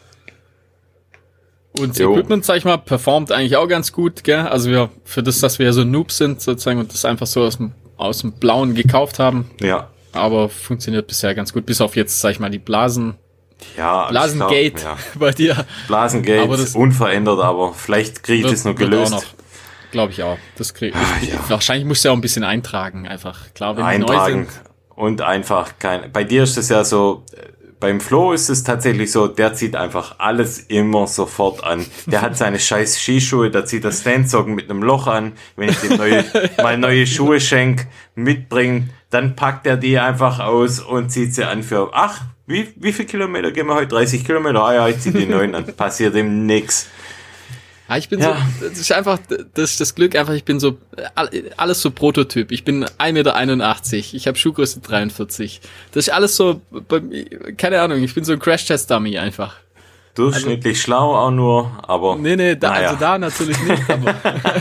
Und das Equipment, sag ich mal, performt eigentlich auch ganz gut, gell? Also wir, für das, dass wir so Noobs sind, sozusagen, und das einfach so aus dem, aus dem Blauen gekauft haben. Ja. Aber funktioniert bisher ganz gut, bis auf jetzt, sag ich mal, die Blasen. Ja, Blasengate ja. bei dir. Blasengate aber das unverändert, aber vielleicht kriege ich das noch gelöst. Glaube ich auch. Das krieg, ich, ja. Wahrscheinlich musst du ja auch ein bisschen eintragen, einfach. Klar, wenn eintragen die neu sind. Und einfach kein. Bei dir ist es ja so, beim Flo ist es tatsächlich so, der zieht einfach alles immer sofort an. Der hat seine scheiß Skischuhe, da zieht er Standsocken mit einem Loch an. Wenn ich dem neue, mal neue Schuhe schenke, mitbringe, dann packt er die einfach aus und zieht sie an für, ach, wie, wie viel Kilometer gehen wir heute? dreißig Kilometer? Ah ja, ich zieh die neuen an. Passiert ihm nix. Ja, ich bin ja. so, das ist einfach, das ist das Glück einfach, ich bin so, alles so Prototyp. Ich bin ein Meter einundachtzig, ich habe Schuhgröße dreiundvierzig. Das ist alles so, keine Ahnung, ich bin so ein Crash-Test-Dummy einfach. Durchschnittlich also, schlau auch nur, aber... Nee, nee, da, naja. also da natürlich nicht, aber...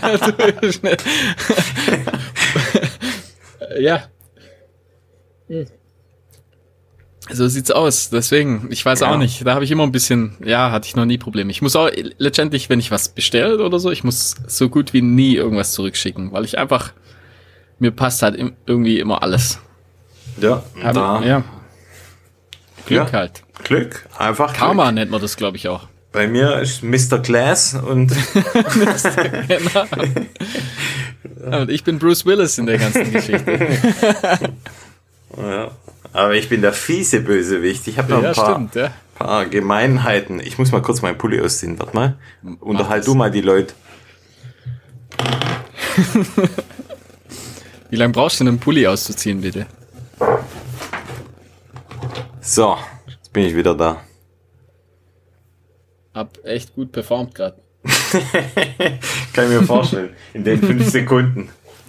ja. So sieht's aus. Deswegen, ich weiß ja. auch nicht. Da habe ich immer ein bisschen, ja, hatte ich noch nie Probleme. Ich muss auch letztendlich, wenn ich was bestelle oder so, ich muss so gut wie nie irgendwas zurückschicken, weil ich einfach, mir passt halt irgendwie immer alles. Ja, Aber, da. ja. Glück ja. halt. Glück, einfach Karma Glück. nennt man das, glaube ich, auch. Bei mir ist Mister Glass und... genau. Und ich bin Bruce Willis in der ganzen Geschichte. Ja. Aber ich bin der fiese Bösewicht. Ich habe noch ein ja, paar, stimmt, ja. paar Gemeinheiten. Ich muss mal kurz meinen Pulli ausziehen. Warte mal. Unterhalt du mal die Leute. Wie lange brauchst du denn, einen Pulli auszuziehen, bitte? So, jetzt bin ich wieder da. Hab echt gut performt gerade. Kann ich mir vorstellen. In den fünf Sekunden.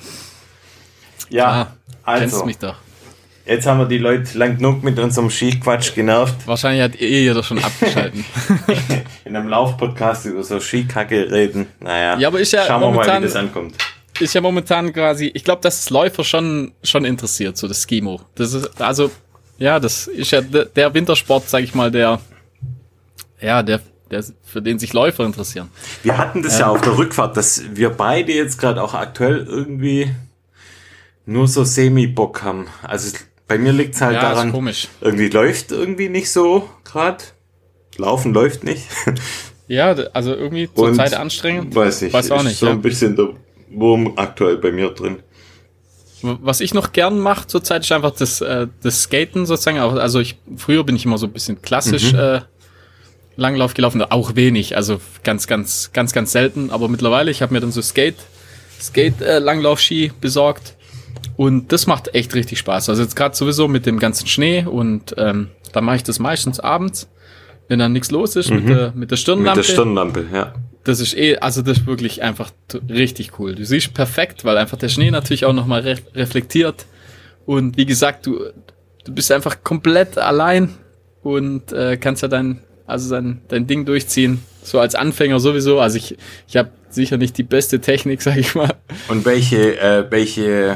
Ja, ah, also. Kennst mich doch. Jetzt haben wir die Leute lang genug mit unserem Skiquatsch genervt. Wahrscheinlich hat ihr jeder schon abgeschalten. In einem Laufpodcast über so Skikacke reden. Naja, ja, aber ist ja schauen wir momentan, mal, wie das ankommt. Ist ja momentan quasi, ich glaube, dass es Läufer schon, schon interessiert, so das Skimo. Das ist, also, ja, das ist ja der Wintersport, sag ich mal, der, ja, der, der, für den sich Läufer interessieren. Wir hatten das ähm, ja auf der Rückfahrt, dass wir beide jetzt gerade auch aktuell irgendwie nur so semi-Bock haben. Also bei mir liegt es halt ja, daran, ist komisch. Irgendwie läuft irgendwie nicht so gerade. Laufen läuft nicht. Ja, also irgendwie zur Und Zeit anstrengend. Weiß nicht. Weiß auch ist nicht. so ja. ein bisschen der Wurm aktuell bei mir drin. Was ich noch gern mache zurzeit ist einfach das, äh, das Skaten sozusagen. Also ich, früher bin ich immer so ein bisschen klassisch mhm. äh, Langlauf gelaufen, auch wenig, also ganz, ganz, ganz, ganz selten. Aber mittlerweile, ich habe mir dann so Skate, Skate äh, Langlaufski besorgt und das macht echt richtig Spaß. Also jetzt gerade sowieso mit dem ganzen Schnee und ähm, da mache ich das meistens abends, wenn dann nichts los ist, mhm. mit der mit der Stirnlampe. Mit der Stirnlampe, ja. Das ist eh, also das ist wirklich einfach t- richtig cool. Du siehst perfekt, weil einfach der Schnee natürlich auch nochmal re- reflektiert. Und wie gesagt, du, du bist einfach komplett allein und äh, kannst ja dein, also dein, dein Ding durchziehen. So als Anfänger sowieso. Also ich, ich habe sicher nicht die beste Technik, sag ich mal. Und welche, äh, welche,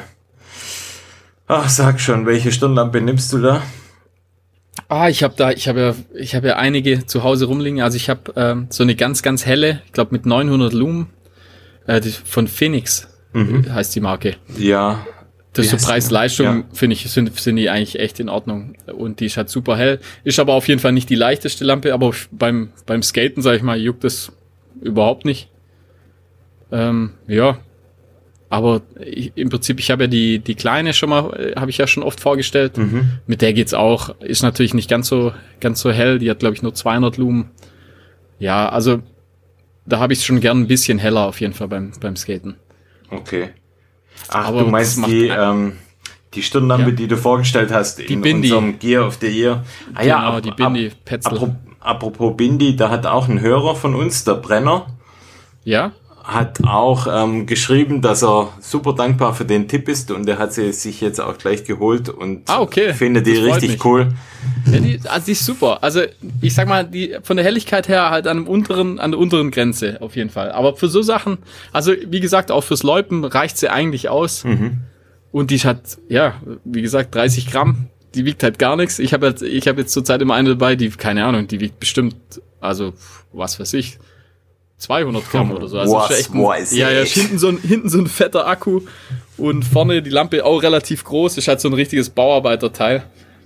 ach sag schon, welche Stirnlampe nimmst du da? Ah, ich habe da, ich habe ja, ich habe ja einige zu Hause rumliegen. Also ich habe ähm, so eine ganz, ganz helle, ich glaube mit neunhundert Lumen, äh, die, von Phoenix mhm. heißt die Marke. Ja. Das ist so Preis-Leistung, ja. finde ich, sind, sind die eigentlich echt in Ordnung. Und die ist halt super hell. Ist aber auf jeden Fall nicht die leichteste Lampe, aber beim beim Skaten, sag ich mal, juckt das überhaupt nicht. Ähm, ja. Aber ich, im Prinzip, ich habe ja die die kleine schon mal, habe ich ja schon oft vorgestellt. Mhm. Mit der geht's auch. Ist natürlich nicht ganz so ganz so hell. Die hat, glaube ich, nur zweihundert Lumen. Ja, also da habe ich es schon gern ein bisschen heller auf jeden Fall beim beim Skaten. Okay. Ach, aber du meinst die ähm, die Stirnlampe, ja. die du vorgestellt hast in die unserem Gear of the Year. Ah genau, ja, ab, die Bindi Petzl. Apropos, apropos Bindi, da hat auch ein Hörer von uns, der Brenner. Ja. hat auch ähm, geschrieben, dass er super dankbar für den Tipp ist und er hat sie sich jetzt auch gleich geholt und ah, okay. findet die Das freut richtig mich. cool. Ja, die, also die ist super. Also ich sag mal, die von der Helligkeit her halt an, dem unteren, an der unteren Grenze auf jeden Fall. Aber für so Sachen, also wie gesagt, auch fürs Läupen reicht sie eigentlich aus. Mhm. Und die hat, ja, wie gesagt, dreißig Gramm. Die wiegt halt gar nichts. Ich habe jetzt, ich habe jetzt zurzeit immer eine dabei, die, keine Ahnung, die wiegt bestimmt, also was weiß ich, zweihundert Gramm oder so. Also was ist echt ein, weiß ja, ja, ich. hinten so ein, hinten so ein fetter Akku und vorne die Lampe auch relativ groß. Ist halt so ein richtiges Bauarbeiterteil.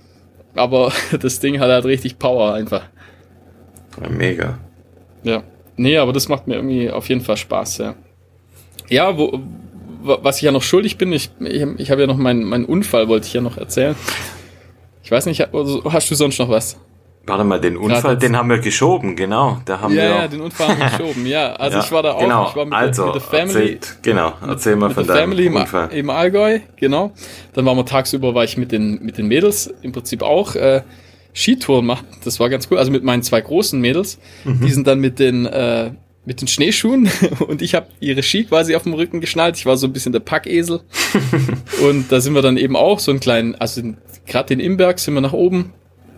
Aber das Ding hat halt richtig Power einfach. Ja, mega. Ja. Nee, aber das macht mir irgendwie auf jeden Fall Spaß, ja. Ja, wo, was ich ja noch schuldig bin, ich, ich, ich habe ja noch meinen meinen Unfall, wollte ich ja noch erzählen. Ich weiß nicht, hast du sonst noch was? Warte mal, den Unfall, den haben wir geschoben, genau. Da haben ja, wir ja, den Unfall haben wir geschoben, ja. Also ja, ich war da auch, genau. ich war mit, also, der, mit der Family. Erzählt, genau, erzähl mal mit von der deinem Family im, Unfall. im Allgäu, genau. Dann waren wir tagsüber, war ich mit den, mit den Mädels im Prinzip auch äh, Skitouren machen. Das war ganz cool. Also mit meinen zwei großen Mädels. Mhm. Die sind dann mit den, äh, mit den Schneeschuhen und ich habe ihre Ski quasi auf dem Rücken geschnallt. Ich war so ein bisschen der Packesel. Und da sind wir dann eben auch so einen kleinen, also gerade den Imberg sind wir nach oben.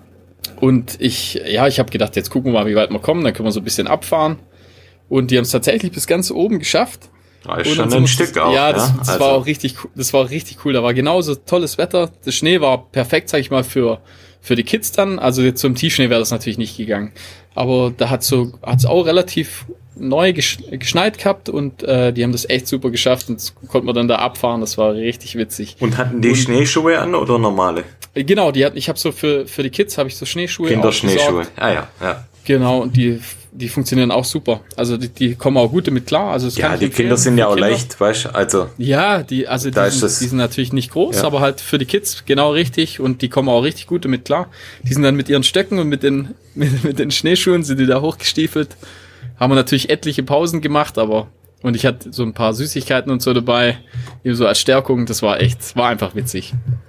Und ich, ja, ich habe gedacht, jetzt gucken wir mal, wie weit wir kommen, dann können wir so ein bisschen abfahren. Und die haben es tatsächlich bis ganz oben geschafft. Ja, ist schon ein Stück auch. Ja, das, ja? das also. war auch richtig, das war richtig cool. Da war genauso tolles Wetter. Der Schnee war perfekt, sag ich mal, für für die Kids dann. Also jetzt zum Tiefschnee wäre das natürlich nicht gegangen. Aber da hat so hat's auch relativ neu geschneit gehabt und äh, die haben das echt super geschafft und konnten wir dann da abfahren. Das war richtig witzig. Und hatten die und, Schneeschuhe an oder normale? Genau, die hatten. Ich habe so für für die Kids habe ich so Schneeschuhe. Kinderschneeschuhe. Ah ja, ja. Genau, und die die funktionieren auch super. Also die, die kommen auch gut damit klar. Also das ja, kann die ich Kinder sind ja auch Kinder. leicht, weißt du? Also ja, die also die sind, die sind natürlich nicht groß, ja. aber halt für die Kids genau richtig und die kommen auch richtig gut damit klar. Die sind dann mit ihren Stöcken und mit den mit, mit den Schneeschuhen sind die da hochgestiefelt. Haben wir natürlich etliche Pausen gemacht, aber und ich hatte so ein paar Süßigkeiten und so dabei, eben so als Stärkung. Das war echt, war einfach witzig.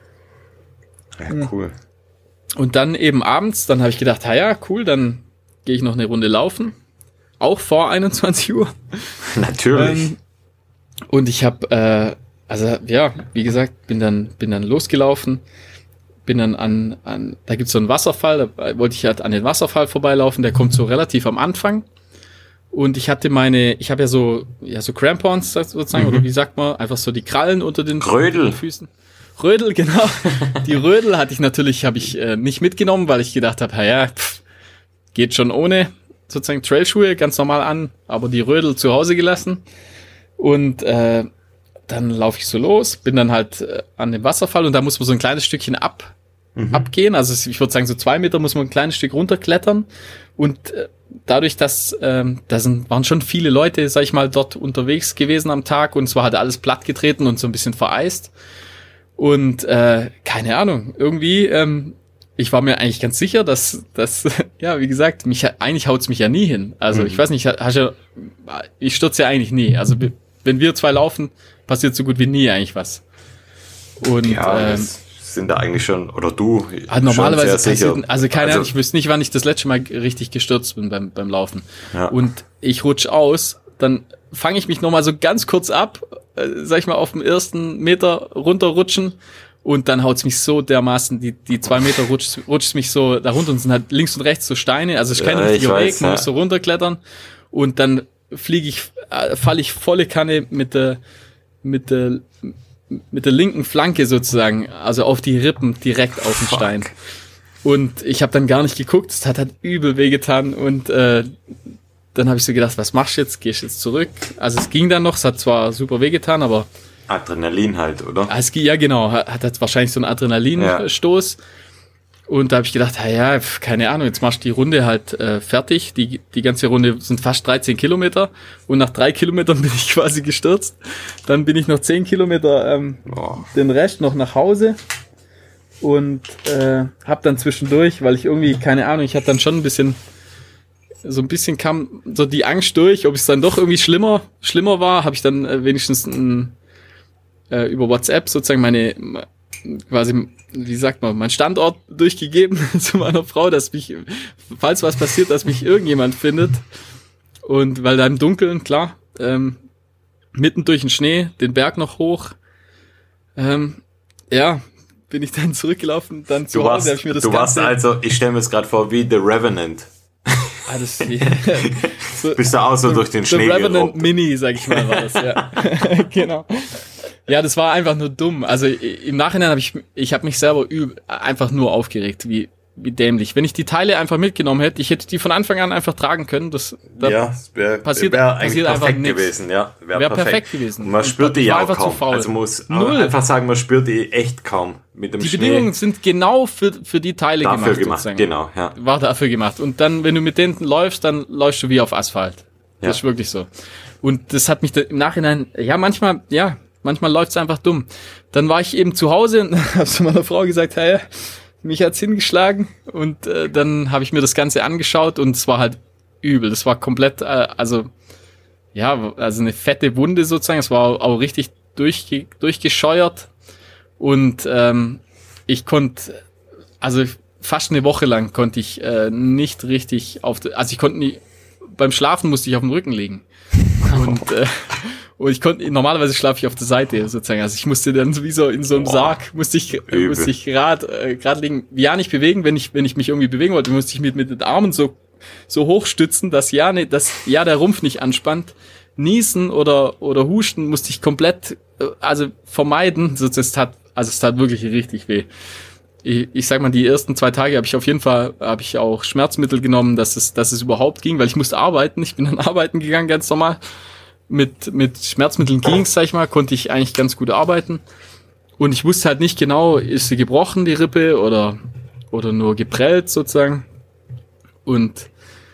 Ja, cool. Und dann eben abends, dann habe ich gedacht, ja, cool, dann gehe ich noch eine Runde laufen. Auch vor einundzwanzig Uhr. Natürlich. Ähm, und ich habe, äh, also ja, wie gesagt, bin dann bin dann losgelaufen. Bin dann an, an da gibt's so einen Wasserfall, da wollte ich halt an den Wasserfall vorbeilaufen, der kommt so relativ am Anfang. Und ich hatte meine, ich habe ja so, ja so Crampons sozusagen, mhm. oder wie sagt man, einfach so die Krallen unter den, Rödel. den Füßen. Rödel, genau. Die Rödel hatte ich natürlich, habe ich äh, nicht mitgenommen, weil ich gedacht habe, ja, pff, geht schon ohne sozusagen Trailschuhe ganz normal an, aber die Rödel zu Hause gelassen. Und äh, dann laufe ich so los, bin dann halt äh, an dem Wasserfall und da muss man so ein kleines Stückchen ab, mhm. abgehen. Also ich würde sagen, so zwei Meter muss man ein kleines Stück runterklettern. Und äh, dadurch, dass ähm, da sind, waren schon viele Leute, sag ich mal, dort unterwegs gewesen am Tag und es war halt alles plattgetreten und so ein bisschen vereist. Und äh, keine Ahnung, irgendwie, ähm, ich war mir eigentlich ganz sicher, dass, dass ja, wie gesagt, mich eigentlich haut's mich ja nie hin. Also mhm. ich weiß nicht, hast ja, ich stürze ja eigentlich nie. Also wenn wir zwei laufen, passiert so gut wie nie eigentlich was. Und ja, ähm, sind da eigentlich schon, oder du, also normalerweise schon sehr passiert, sicher. Also keine Ahnung, also, ich wüsste nicht, wann ich das letzte Mal richtig gestürzt bin beim, beim Laufen. Ja. Und ich rutsch aus, dann fange ich mich nochmal so ganz kurz ab, äh, sag ich mal, auf dem ersten Meter runterrutschen und dann haut's mich so dermaßen, die die zwei Meter rutscht rutscht mich so da runter und sind halt links und rechts so Steine, also es ist kein ja, richtiger Weg, weiß, man ja. muss so runterklettern und dann fliege ich, äh, falle ich volle Kanne mit der mit der mit der linken Flanke sozusagen, also auf die Rippen direkt auf den Fuck. Stein. Und ich habe dann gar nicht geguckt, es hat halt übel wehgetan und äh, dann habe ich so gedacht, was machst du jetzt? Gehst du jetzt zurück? Also es ging dann noch, es hat zwar super wehgetan, aber Adrenalin halt, oder? es ging, ja genau, hat, hat halt wahrscheinlich so einen Adrenalinstoß. Ja. Und da habe ich gedacht, ja, keine Ahnung, jetzt machst du die Runde halt äh, fertig. Die, die ganze Runde sind fast dreizehn Kilometer und nach drei Kilometern bin ich quasi gestürzt. Dann bin ich noch zehn Kilometer ähm, oh. den Rest noch nach Hause und äh, hab dann zwischendurch, weil ich irgendwie, keine Ahnung, ich hatte dann schon ein bisschen, so ein bisschen kam so die Angst durch, ob es dann doch irgendwie schlimmer schlimmer war, habe ich dann äh, wenigstens ein, äh, über WhatsApp sozusagen meine quasi, wie sagt man, meinen Standort durchgegeben zu meiner Frau, dass mich, falls was passiert, dass mich irgendjemand findet. Und weil da im Dunkeln, klar, ähm, mitten durch den Schnee, den Berg noch hoch. Ähm, ja, bin ich dann zurückgelaufen, dann zu du Hause warst, habe ich mir das Du Ganze... warst also, ich stelle mir es gerade vor, wie The Revenant. Ah, das, so, Bist du auch so durch den Schnee The Revenant gerobbt. Mini, sag ich mal, war das, ja. Genau. Ja, das war einfach nur dumm. Also im Nachhinein habe ich, ich habe mich selber üb, einfach nur aufgeregt, wie, wie dämlich. Wenn ich die Teile einfach mitgenommen hätte, ich hätte die von Anfang an einfach tragen können. Das, da ja, es wäre passiert, wär passiert eigentlich perfekt einfach gewesen. Ja, wäre wär perfekt. perfekt gewesen. Und man spürt Und die ich ja war auch einfach kaum. zu faul. Also muss Null. einfach sagen, man spürt die echt kaum mit dem Die Schnee. Bedingungen sind genau für, für die Teile dafür gemacht. gemacht, sozusagen. genau, ja. War dafür gemacht. Und dann, wenn du mit denen läufst, dann läufst du wie auf Asphalt. Ja. Das ist wirklich so. Und das hat mich da im Nachhinein, ja, manchmal, ja, manchmal läuft's einfach dumm. Dann war ich eben zu Hause und habe zu meiner Frau gesagt, hey, mich hat's hingeschlagen. Und äh, dann habe ich mir das Ganze angeschaut und es war halt übel. Das war komplett, äh, also, ja, also eine fette Wunde sozusagen. Es war auch richtig durchge- durchgescheuert. Und ähm, ich konnte, also fast eine Woche lang konnte ich äh, nicht richtig auf, de, also ich konnte nie, beim Schlafen musste ich auf dem Rücken liegen. Und, äh, und ich konnte, normalerweise schlafe ich auf der Seite sozusagen, also ich musste dann sowieso in so einem Boah, Sarg, musste ich, äh, musste ich gerade äh, gerade liegen, ja nicht bewegen, wenn ich wenn ich mich irgendwie bewegen wollte, musste ich mit mit den Armen so so hochstützen, dass ja nicht, dass ja der Rumpf nicht anspannt. Niesen oder oder Husten musste ich komplett, äh, also vermeiden, so, das tat, also es tat wirklich richtig weh. Ich, ich sag mal, die ersten zwei Tage habe ich auf jeden Fall, habe ich auch Schmerzmittel genommen, dass es, dass es überhaupt ging, weil ich musste arbeiten. Ich bin dann arbeiten gegangen, ganz normal. Mit, mit Schmerzmitteln ging's, sag ich mal, konnte ich eigentlich ganz gut arbeiten. Und ich wusste halt nicht genau, ist sie gebrochen, die Rippe, oder, oder nur geprellt, sozusagen. Und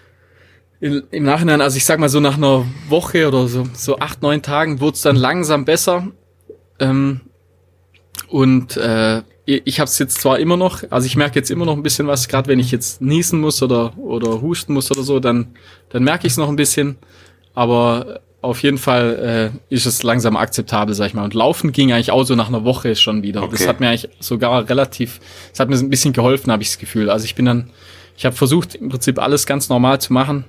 in, im Nachhinein, also ich sag mal so nach einer Woche oder so, so acht, neun Tagen wurde es dann langsam besser. Ähm, und, äh, ich habe es jetzt zwar immer noch, also ich merke jetzt immer noch ein bisschen was, gerade wenn ich jetzt niesen muss oder oder husten muss oder so, dann dann merke ich es noch ein bisschen, aber auf jeden Fall äh, ist es langsam akzeptabel, sag ich mal. Und Laufen ging eigentlich auch so nach einer Woche schon wieder. Okay. Das hat mir eigentlich sogar relativ, das hat mir ein bisschen geholfen, habe ich das Gefühl. Also ich bin dann, ich habe versucht im Prinzip alles ganz normal zu machen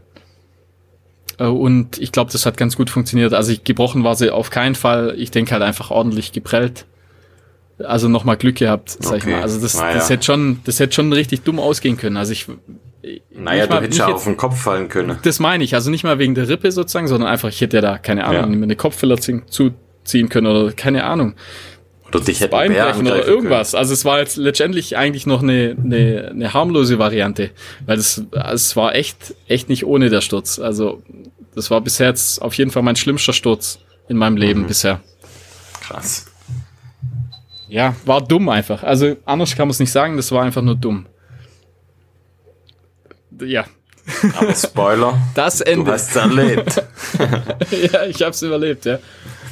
äh, und ich glaube, das hat ganz gut funktioniert. Also ich, gebrochen war sie auf keinen Fall. Ich denke halt einfach ordentlich geprellt. Also nochmal Glück gehabt, sag ich Okay. mal. Also das, Naja. das hätte schon, das hätte schon richtig dumm ausgehen können. Also ich, Naja, nicht du mal- hättest nicht ja jetzt- auf den Kopf fallen können. das meine ich. Also nicht mal wegen der Rippe sozusagen, sondern einfach, ich hätte ja da, keine Ahnung, Ja. mir eine Kopfverletzung zuziehen können oder keine Ahnung, Oder dich hätten Bein Bär brechen oder angreifen irgendwas. Also es war jetzt letztendlich eigentlich noch eine, eine, eine harmlose Variante, weil das, es war echt, echt nicht ohne der Sturz. Also das war bisher jetzt auf jeden Fall mein schlimmster Sturz in meinem Leben Mhm. bisher. können. Krass. Ja, war dumm einfach. Also anders kann man es nicht sagen, das war einfach nur dumm. Ja, Aber Spoiler, das du Ende. hast es erlebt. Ja, ich hab's überlebt, ja.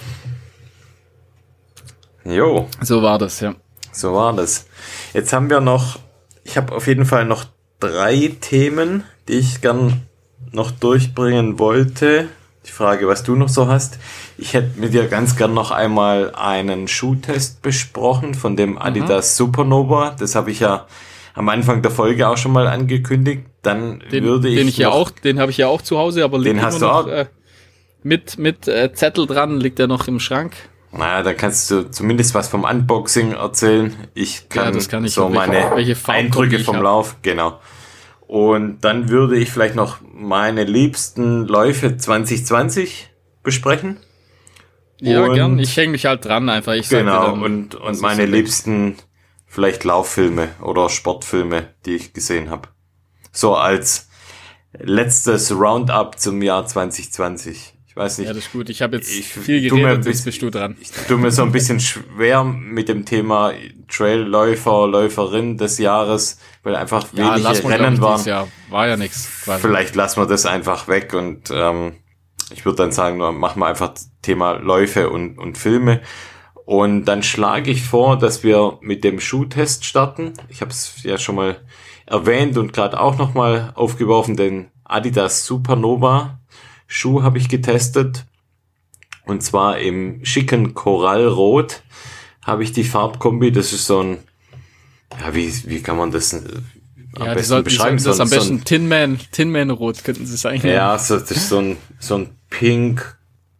Jo, So war das, ja. so war das. Jetzt haben wir noch, ich habe auf jeden Fall noch drei Themen, die ich gern noch durchbringen wollte. Die Frage, was du noch so hast. Ich hätte mit dir ganz gern noch einmal einen Schuhtest besprochen von dem Adidas Supernova. Das habe ich ja am Anfang der Folge auch schon mal angekündigt. Dann Den, würde ich, den ich ja noch, auch, den habe ich ja auch zu Hause, aber liegt Den hast immer du noch auch? äh, mit mit äh, Zettel dran, liegt er noch im Schrank. naja, dann kannst du zumindest was vom Unboxing erzählen. Ich kann, Ja, das kann ich. so Und welche- meine welche Farben Eindrücke ich vom hab. Lauf, genau. Und dann würde ich vielleicht noch meine liebsten Läufe zwanzig zwanzig besprechen. Ja, Und- gern. Ich hänge mich halt dran einfach. Ich sag dir Genau, dann, und, was und ich meine so denke. liebsten vielleicht Lauffilme oder Sportfilme, die ich gesehen habe. So als letztes Roundup zum Jahr zwanzig zwanzig. Ich weiß nicht. Ja, das ist gut. Ich habe jetzt Ich viel tu mir ein geredet, jetzt bisschen- bist du dran. Ich tue mir so ein bisschen schwer mit dem Thema Trailläufer, Läuferin des Jahres, weil einfach Ja, wenige lass mal, glaub Rennen ich, waren. dieses Jahr. War ja nichts. quasi. Vielleicht lassen wir das einfach weg und ähm, ich würde dann sagen, nur machen wir einfach das Thema Läufe und, und Filme. Und dann schlage ich vor, dass wir mit dem Schuhtest starten. Ich habe es ja schon mal erwähnt und gerade auch nochmal aufgeworfen, den Adidas Supernova Schuh habe ich getestet. Und zwar im schicken Korallrot habe ich die Farbkombi. Das ist so ein, ja, wie, wie kann man das äh, am Ja, die besten sollten, die beschreiben? sollten das So ein- am so ein- besten Tin Man, Tin Man Rot könnten sie es eigentlich nennen. ja, so, das ist so ein, so ein Pink,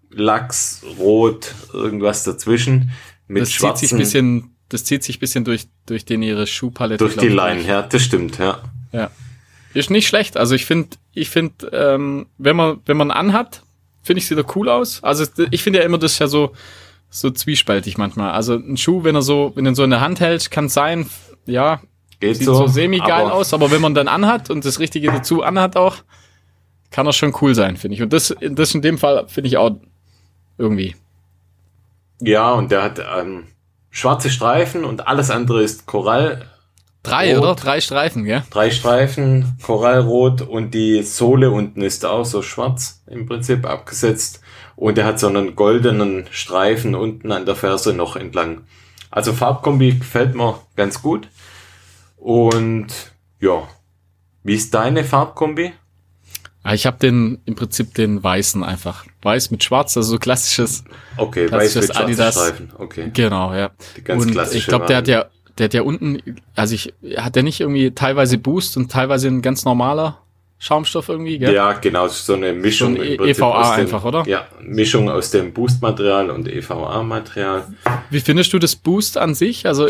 Lachs, Rot, irgendwas dazwischen. Mit das schwarzen, zieht sich bisschen, das zieht sich ein bisschen durch, durch den ihre Schuhpalette. Durch die Line, ja, das stimmt, ja. Ja. Ist nicht schlecht. Also ich finde, ich finde, ähm, wenn man, wenn man anhat, finde ich, sieht er cool aus. Also ich finde ja immer, das ist ja so, so zwiespältig manchmal. Also ein Schuh, wenn er so, wenn du ihn so in der Hand hältst, kann sein, ja, Geht sieht so, so semi-geil aber aus, aber wenn man dann anhat und das Richtige dazu anhat auch, kann er schon cool sein, finde ich. Und das, das in dem Fall finde ich auch irgendwie. Ja, und der hat ähm, schwarze Streifen und alles andere ist Korall. Drei, Rot. oder? Drei Streifen, gell? Drei Streifen, Korallrot und die Sohle unten ist auch so schwarz im Prinzip abgesetzt. Und er hat so einen goldenen Streifen unten an der Ferse noch entlang. Also Farbkombi gefällt mir ganz gut. Und ja, wie ist deine Farbkombi? Ich habe den im Prinzip den weißen einfach. Weiß mit schwarz, also so klassisches. Okay, klassisches weiß mit schwarzen Adidas. Streifen. Okay. Genau, ja. Die ganz und klassische ich glaube, der hat ja, der hat ja unten, also ich, hat der nicht irgendwie teilweise Boost und teilweise ein ganz normaler Schaumstoff irgendwie, gell? Ja, genau, so eine Mischung. So ein im Prinzip E V A aus dem, einfach, oder? Ja, Mischung aus dem Boost-Material und E V A-Material. Wie findest du das Boost an sich? Also,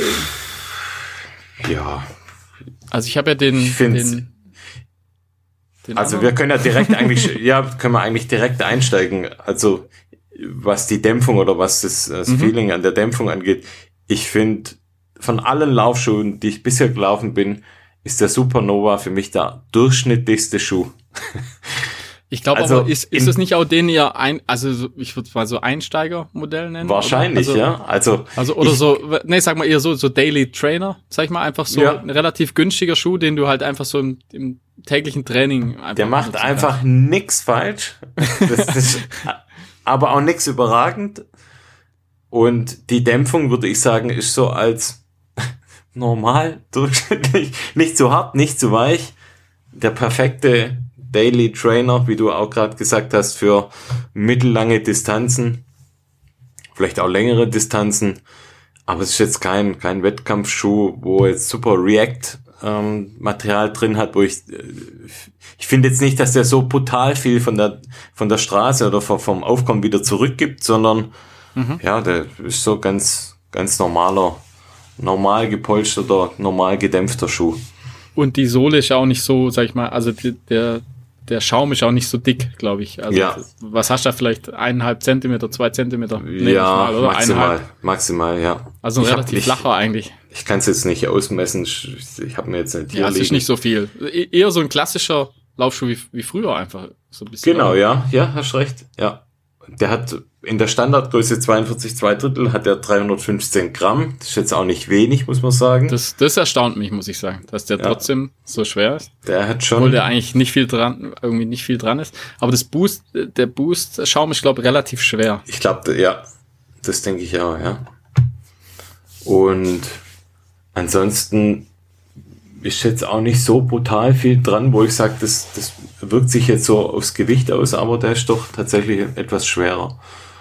Ja, also ich habe ja den, Ich find's- den, den also anderen- wir können ja direkt eigentlich, ja, können wir eigentlich direkt einsteigen. Also was die Dämpfung oder was das, das Mhm. Feeling an der Dämpfung angeht, ich finde, von allen Laufschuhen, die ich bisher gelaufen bin, ist der Supernova für mich der durchschnittlichste Schuh. Ich glaube Also aber, ist, ist in- das nicht auch den ihr ein, also so- ich würde es mal so Einsteigermodell nennen? Wahrscheinlich, oder? Also, ja. Also, Also oder ich, so, nee, sag mal eher so, so Daily Trainer, sag ich mal, einfach so Ja. ein relativ günstiger Schuh, den du halt einfach so im, im täglichen Training einfach Der macht benutzen einfach kannst. nix falsch. Das, das, aber auch nix überragend. Und die Dämpfung, würde ich sagen, ist so als normal, durchschnittlich, nicht zu hart, nicht zu weich. Der perfekte Daily Trainer, wie du auch gerade gesagt hast, für mittellange Distanzen, vielleicht auch längere Distanzen. Aber es ist jetzt kein, kein Wettkampfschuh, wo jetzt super React ähm, Material drin hat, wo ich, äh, ich finde jetzt nicht, dass der so brutal viel von der, von der Straße oder vom, vom Aufkommen wieder zurückgibt, sondern Mhm. ja, der ist so ganz, ganz normaler, normal gepolsterter, normal gedämpfter Schuh. Und die Sohle ist auch nicht so, sag ich mal, also die, der, der Schaum ist auch nicht so dick, glaube ich. Also Ja. was hast du da vielleicht? Eineinhalb Zentimeter, zwei Zentimeter? Nee, nicht Ja, mal, oder? maximal, Eineinhalb. maximal, ja. Also ein Ich hab relativ nicht- flacher eigentlich. Ich kann es jetzt nicht ausmessen, ich, ich habe mir jetzt nicht hier Ja, es ist liegen. nicht so viel. E- Eher so ein klassischer Laufschuh wie, wie früher einfach. So ein bisschen. Genau, ja, ja, hast recht, ja. Der hat in der Standardgröße zweiundvierzig zwei Drittel hat der dreihundertfünfzehn Gramm. Das ist jetzt auch nicht wenig, muss man sagen. Das, das erstaunt mich, muss ich sagen, dass der Ja. trotzdem so schwer ist. der hat Obwohl schon, der eigentlich nicht viel dran, irgendwie nicht viel dran ist. Aber das Boost, der Boost-Schaum ist, glaube ich, relativ schwer. ich glaube, ja, das denke ich auch, ja. Und ansonsten ist jetzt auch nicht so brutal viel dran, wo ich sage, das, das wirkt sich jetzt so aufs Gewicht aus, aber der ist doch tatsächlich etwas schwerer.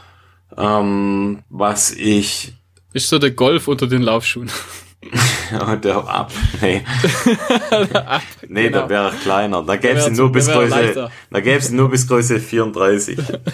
Ähm, was ich, Ist so der Golf unter den Laufschuhen. ja, der ab, nee, nee, Genau. da wäre er kleiner. Da gäbe es wär ihn nur zu- bis der wär Größe, leichter. da gäbe es ihn nur bis Größe vierunddreißig.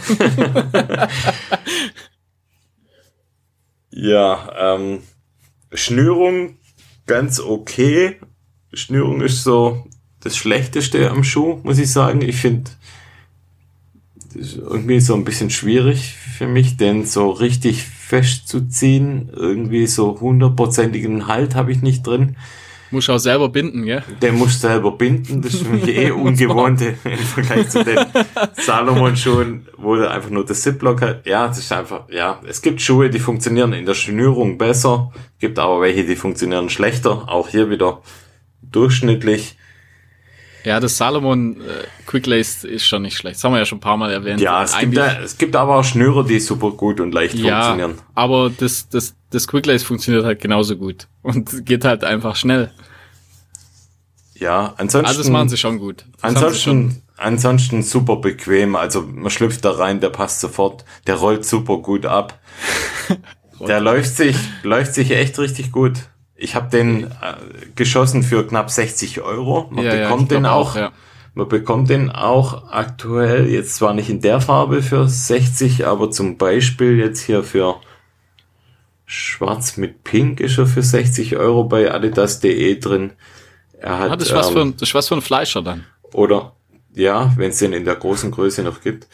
Ja, ähm, Schnürung ganz okay. Schnürung ist so das Schlechteste am Schuh, muss ich sagen. Ich finde, das ist irgendwie so ein bisschen schwierig für mich, den so richtig festzuziehen. Irgendwie so hundertprozentigen Halt habe ich nicht drin. Muss auch selber binden, gell? Den musst du selber binden, das ist für mich eh ungewohnt im Vergleich zu den Salomon-Schuhen, wo der einfach nur das Ziplock hat. Ja, das ist einfach, ja, es gibt Schuhe, die funktionieren in der Schnürung besser, gibt aber welche, die funktionieren schlechter, auch hier wieder durchschnittlich. Ja, das Salomon äh, Quick Lace ist schon nicht schlecht. Das haben wir ja schon ein paar Mal erwähnt. Ja, es gibt, Eigentlich- da, es gibt aber auch Schnürer, die super gut und leicht ja, funktionieren. aber das, das, das Quick Lace funktioniert halt genauso gut und geht halt einfach schnell. Ja, ansonsten. Also das machen sie schon gut. Das haben sie schon- Ansonsten, ansonsten super bequem. Also man schlüpft da rein, der passt sofort. Der rollt super gut ab. Der läuft sich, läuft sich echt richtig gut. Ich habe den äh, geschossen für knapp sechzig Euro. Man Ja, ja, bekommt ich glaub den auch, ja. Man bekommt den auch aktuell, jetzt zwar nicht in der Farbe für sechzig, aber zum Beispiel jetzt hier für Schwarz mit Pink ist er für sechzig Euro bei adidas punkt de drin. Er hat, ah, das ist was, ähm, für ein, das ist was für ein Fleischer dann. Oder, ja, wenn es den in der großen Größe noch gibt.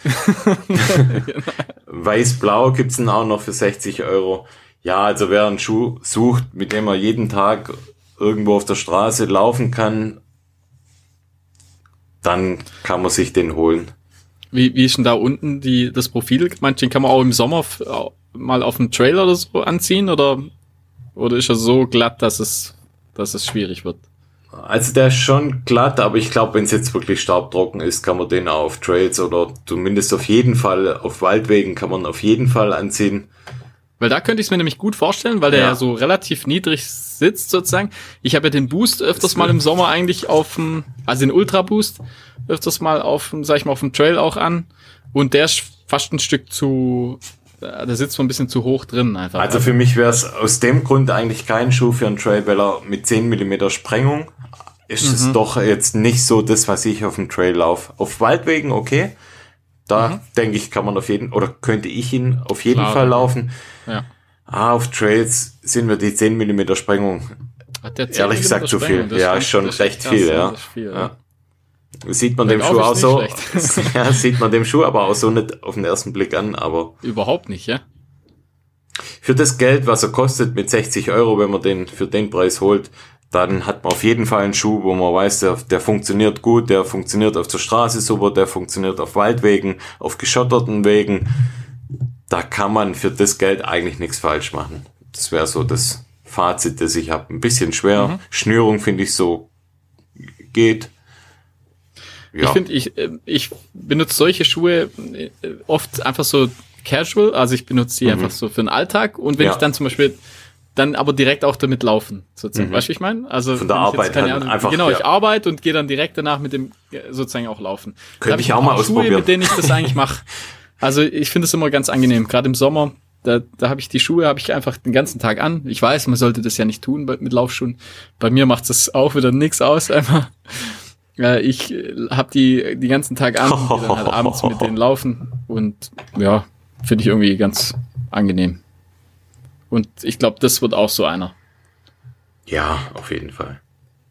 Weiß-Blau gibt's den auch noch für sechzig Euro. Ja, also wer einen Schuh sucht, mit dem er jeden Tag irgendwo auf der Straße laufen kann, dann kann man sich den holen. Wie, wie ist denn da unten die, das Profil? Meinst du, den kann man auch im Sommer f- mal auf dem Trail oder so anziehen? Oder, oder ist er so glatt, dass es, dass es schwierig wird? Also der ist schon glatt, aber ich glaube, wenn es jetzt wirklich staubtrocken ist, kann man den auch auf Trails oder zumindest auf jeden Fall auf Waldwegen kann man auf jeden Fall anziehen. Weil da könnte ich es mir nämlich gut vorstellen, weil der ja. ja so relativ niedrig sitzt sozusagen. Ich habe ja den Boost öfters mal im Sommer eigentlich auf dem, also den Ultra Boost öfters mal auf dem, sag ich mal, auf dem Trail auch an. Und der ist fast ein Stück zu, der sitzt so ein bisschen zu hoch drin einfach. Also für mich wäre es aus dem Grund eigentlich kein Schuh für einen Trail, weil er mit zehn Millimeter Sprengung ist mhm. es doch jetzt nicht so das, was ich auf dem Trail laufe. Auf Waldwegen okay. Da mhm. denke ich, kann man auf jeden, oder könnte ich ihn auf jeden Klar, Fall laufen. Ja. Ah, auf Trails sind wir die zehn Millimeter Sprengung. Hat der ehrlich gesagt zu viel. Das ja, ist schon recht viel, ja. viel, ja. ja. Sieht man dem Schuh auch so, ja, sieht man dem Schuh aber auch so nicht auf den ersten Blick an, aber. Überhaupt nicht, ja. Für das Geld, was er kostet, mit sechzig Euro, wenn man den für den Preis holt, dann hat man auf jeden Fall einen Schuh, wo man weiß, der, der funktioniert gut, der funktioniert auf der Straße super, der funktioniert auf Waldwegen, auf geschotterten Wegen. Da kann man für das Geld eigentlich nichts falsch machen. Das wäre so das Fazit, das ich habe. Ein bisschen schwer. Mhm. Schnürung finde ich so geht. Ja. Ich finde, ich, ich benutze solche Schuhe oft einfach so casual, also ich benutze sie mhm. einfach so für den Alltag und wenn ja. ich dann zum Beispiel dann aber direkt auch damit laufen, sozusagen. Mhm. Weißt du, wie ich meine? Also von der Arbeit halt Ahnung, einfach. Genau, ja. ich arbeite und gehe dann direkt danach mit dem sozusagen auch laufen. Könnte ich auch mal ausprobieren. Schuhe, mit denen ich das eigentlich mache. Also ich finde es immer ganz angenehm, gerade im Sommer. Da, da habe ich die Schuhe, habe ich einfach den ganzen Tag an. Ich weiß, man sollte das ja nicht tun bei, mit Laufschuhen. Bei mir macht das auch wieder nix aus, einfach. Ja, ich habe die den ganzen Tag an und gehe dann halt abends mit denen laufen und ja, finde ich irgendwie ganz angenehm. Und ich glaube, das wird auch so einer. Ja, auf jeden Fall.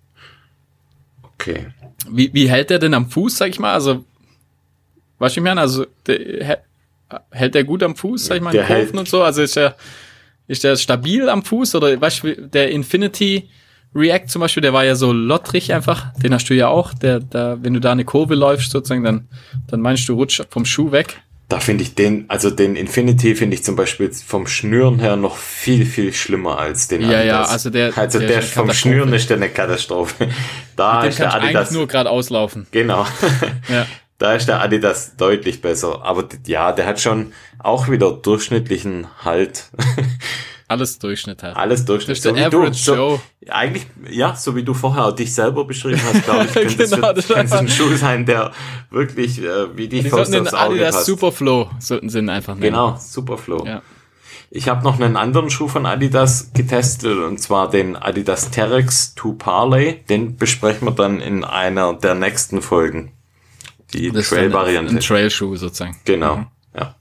Okay. Wie, wie hält der denn am Fuß, sag ich mal? Also, weißt du, ich meine, also der, hält der gut am Fuß, sag ich mal, in Kurven und so? Also ist der, ist der stabil am Fuß? Oder weißt du, der Infinity React zum Beispiel, der war ja so lottrig einfach. Den hast du ja auch. Der, da, wenn du da eine Kurve läufst sozusagen, dann, dann meinst du, rutscht vom Schuh weg. Da finde ich den, also den Infinity finde ich zum Beispiel vom Schnüren her noch viel, viel schlimmer als den ja, Adidas. Ja, also der, also der, der vom Schnüren ist der eine Katastrophe. Da Mit ist der Adidas eigentlich nur gerade auslaufen. Genau. Ja. Da ist der Adidas deutlich besser. Aber ja, der hat schon auch wieder durchschnittlichen Halt. Alles Durchschnitt halt. Alles Durchschnitt. Das ist der so Average so, Joe. Eigentlich, ja, so wie du vorher auch dich selber beschrieben hast, glaube ich, könnte genau, es ein, ein Schuh sein, der wirklich äh, wie die, die Faust aufs Auge Adidas passt. Superflow sollten sie einfach nennen. Genau, Superflow. Ja. Ich habe noch einen anderen Schuh von Adidas getestet, und zwar den Adidas Terex two Parley. Den besprechen wir dann in einer der nächsten Folgen. Die Trail-Variante. Ein Trail-Schuh sozusagen. Genau, mhm. ja.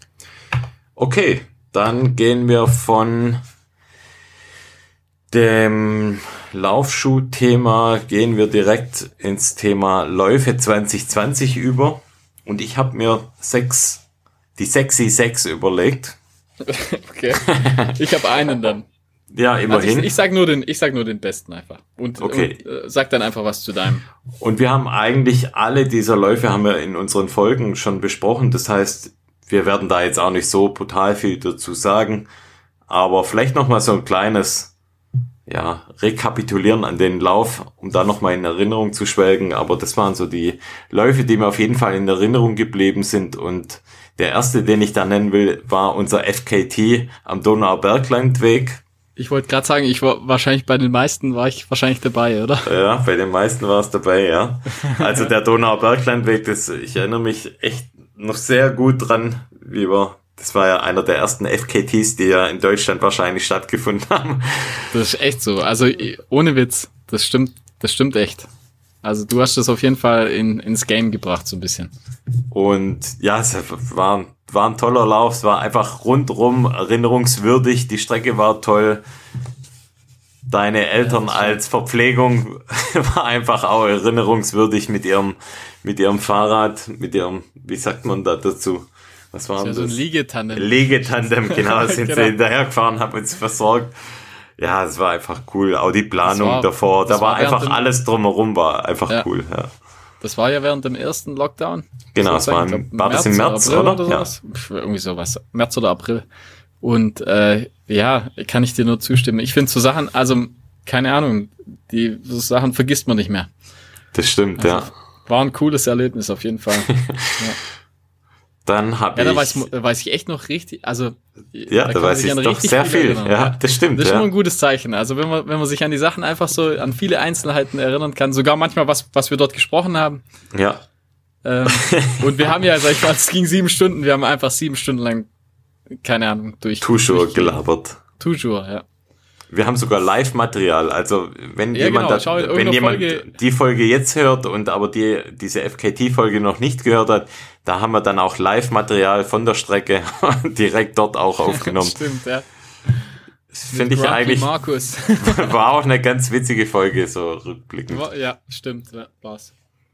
Okay, dann gehen wir von dem Laufschuh-Thema, gehen wir direkt ins Thema Läufe zwanzig zwanzig über. Und ich habe mir sechs, die Sexy sechs überlegt. Okay. Ich habe einen dann. Ja, immerhin. Also ich, ich sag nur den, ich sag nur den besten einfach. Und, okay. und äh, sag dann einfach was zu deinem. Und wir haben eigentlich alle dieser Läufe haben wir in unseren Folgen schon besprochen. Das heißt, wir werden da jetzt auch nicht so brutal viel dazu sagen. Aber vielleicht noch mal so ein kleines, ja, Rekapitulieren an den Lauf, um da noch mal in Erinnerung zu schwelgen. Aber das waren so die Läufe, die mir auf jeden Fall in Erinnerung geblieben sind. Und der erste, den ich da nennen will, war unser F K T am Donauberglandweg. Ich wollte gerade sagen, ich war wahrscheinlich bei den meisten war ich wahrscheinlich dabei, oder? Ja, bei den meisten war es dabei, ja. Also der Donauberglandweg, das, ich erinnere mich echt noch sehr gut dran, wie wir, das war ja einer der ersten F K Ts, die ja in Deutschland wahrscheinlich stattgefunden haben. Das ist echt so, also ohne Witz, das stimmt, das stimmt echt. Also du hast das auf jeden Fall in, ins Game gebracht, so ein bisschen. Und ja, es war, war ein toller Lauf. Es war einfach rundrum erinnerungswürdig. Die Strecke war toll. Deine Eltern ja, als Verpflegung war einfach auch erinnerungswürdig mit ihrem, mit ihrem Fahrrad, mit ihrem, wie sagt man da dazu? Was war das? So ein Liegetandem. Liegetandem, genau, sind genau. sie hinterhergefahren, haben uns versorgt. Ja, es war einfach cool. Auch die Planung war, davor, da war, war einfach dem, alles drumherum, war einfach ja. cool. Ja. Das war ja während dem ersten Lockdown. Genau, es war, im, war das im März, oder? oder? oder ja. Irgendwie sowas. März oder April. Und äh, ja, kann ich dir nur zustimmen. Ich finde so Sachen, also keine Ahnung, die so Sachen vergisst man nicht mehr. Das stimmt, also, ja. War ein cooles Erlebnis auf jeden Fall. ja. Dann habe ja, ich... Ja, da weiß, weiß ich echt noch richtig, also... Ja, da, da weiß ich doch sehr viel. Ja, ja, das stimmt. Das ist ja. schon ein gutes Zeichen. Also wenn man, wenn man sich an die Sachen einfach so, an viele Einzelheiten erinnern kann, sogar manchmal was, was wir dort gesprochen haben. Ja. Ähm, und wir haben ja, sag ich mal, es ging sieben Stunden, wir haben einfach sieben Stunden lang, keine Ahnung, durch... Toujours gelabert. Toujours, ja. Wir haben sogar Live-Material, also wenn ja, jemand, genau. da, wenn jemand Folge die Folge jetzt hört und aber die diese F K T-Folge noch nicht gehört hat, da haben wir dann auch Live-Material von der Strecke direkt dort auch aufgenommen. Stimmt, ja. Finde ich eigentlich, Markus. war auch eine ganz witzige Folge, so rückblickend. Ja, stimmt, ja, war's.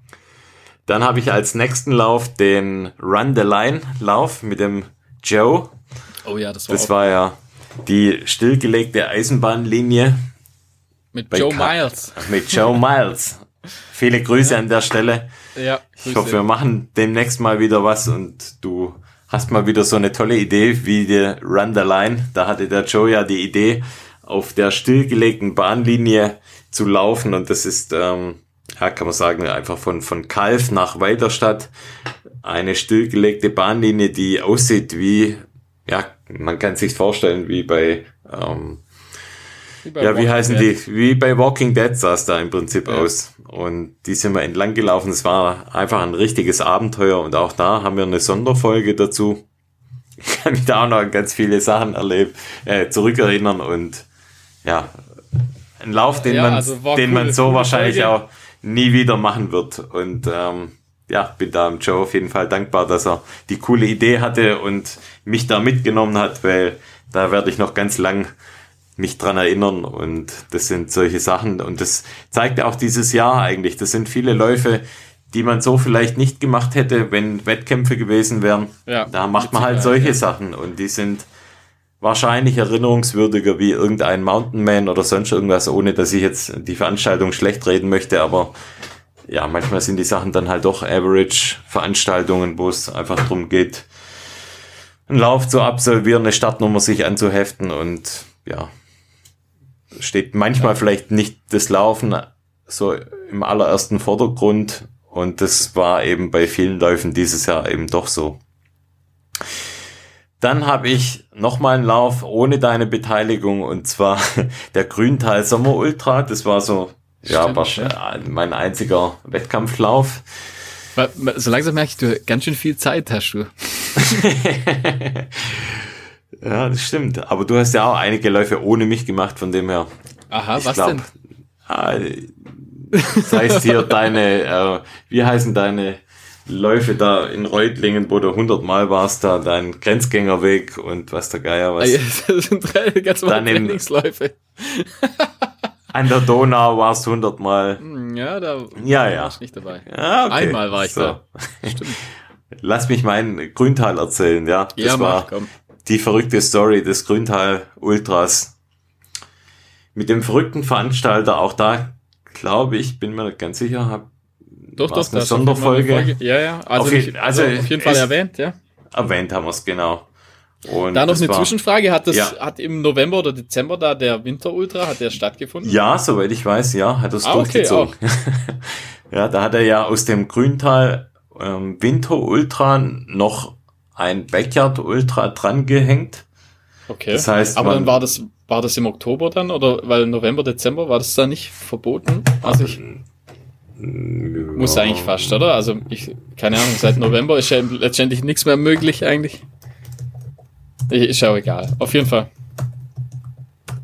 Dann habe ich als nächsten Lauf den Run the Line Lauf mit dem Joe. Oh ja, das war Das war ja die stillgelegte Eisenbahnlinie. Mit Joe Ka- Miles. Mit Joe Miles. Viele Grüße ja. an der Stelle. Ja, ich hoffe, wir machen demnächst mal wieder was und du hast mal wieder so eine tolle Idee wie die Run the Line. Da hatte der Joe ja die Idee, auf der stillgelegten Bahnlinie zu laufen und das ist, ähm, ja, kann man sagen, einfach von, von Calw nach Weiderstadt. Eine stillgelegte Bahnlinie, die aussieht wie, ja, man kann sich vorstellen, wie bei, ähm, wie bei ja, wie heißen Dead. die? Wie bei Walking Dead sah es da im Prinzip ja. aus. Und die sind wir entlang gelaufen. Es war einfach ein richtiges Abenteuer und auch da haben wir eine Sonderfolge dazu. Ich kann mich da auch noch an ganz viele Sachen erleben, äh, zurückerinnern und ja, ein Lauf, den ja, man, also den cool, man so wahrscheinlich Folge. auch nie wieder machen wird. Und ähm, ja, bin da dem Joe auf jeden Fall dankbar, dass er die coole Idee hatte und mich da mitgenommen hat, weil da werde ich noch ganz lang mich dran erinnern und das sind solche Sachen und das zeigt auch dieses Jahr eigentlich. Das sind viele Läufe, die man so vielleicht nicht gemacht hätte, wenn Wettkämpfe gewesen wären. Ja, da macht man halt solche ja. Sachen und die sind wahrscheinlich erinnerungswürdiger wie irgendein Mountainman oder sonst irgendwas, ohne dass ich jetzt die Veranstaltung schlecht reden möchte, aber ja, manchmal sind die Sachen dann halt doch Average-Veranstaltungen, wo es einfach darum geht, einen Lauf zu absolvieren, eine Startnummer sich anzuheften und ja, steht manchmal ja. vielleicht nicht das Laufen so im allerersten Vordergrund und das war eben bei vielen Läufen dieses Jahr eben doch so. Dann habe ich nochmal einen Lauf ohne deine Beteiligung und zwar der Grüntal Sommer Ultra, das war so ja, Stimmt, war ja. mein einziger Wettkampflauf. So langsam merke ich, du ganz schön viel Zeit hast du. Ja, das stimmt. Aber du hast ja auch einige Läufe ohne mich gemacht, von dem her. Aha, was glaub, denn? Äh, das heißt hier deine, äh, wie heißen deine Läufe da in Reutlingen, wo du hundertmal warst, da dein Grenzgängerweg und was der Geier was. Das sind drei ganz normale Trainingsläufe. An der Donau warst du hundertmal. Ja, da ja, ja. war ich nicht dabei. Ja, okay. Einmal war ich so. da. Stimmt. Lass mich meinen Grüntal erzählen, ja. Das ja, war mach, komm. Die verrückte Story des Grüntal Ultras. Mit dem verrückten Veranstalter, auch da glaube ich, bin mir nicht ganz sicher, hab, doch, doch, eine Sonderfolge. Eine ja, ja. Also, auf, nicht, also, also auf jeden Fall erwähnt, ja. Erwähnt haben wir es, genau. Und da noch eine war, Zwischenfrage, hat das ja. hat im November oder Dezember da der Winterultra, hat der stattgefunden? Ja, soweit ich weiß, ja, hat er es ah, durchgezogen. Okay, ja, da hat er ja aus dem Grüntal ähm, Winterultra noch ein Backyard Ultra dran gehängt. Okay. Das heißt, aber man, dann war das war das im Oktober dann oder weil November, Dezember war das da nicht verboten? Also ich ja. muss eigentlich fast, oder? Also ich keine Ahnung, seit November ist ja letztendlich nichts mehr möglich eigentlich. Ist ja auch egal. Auf jeden Fall.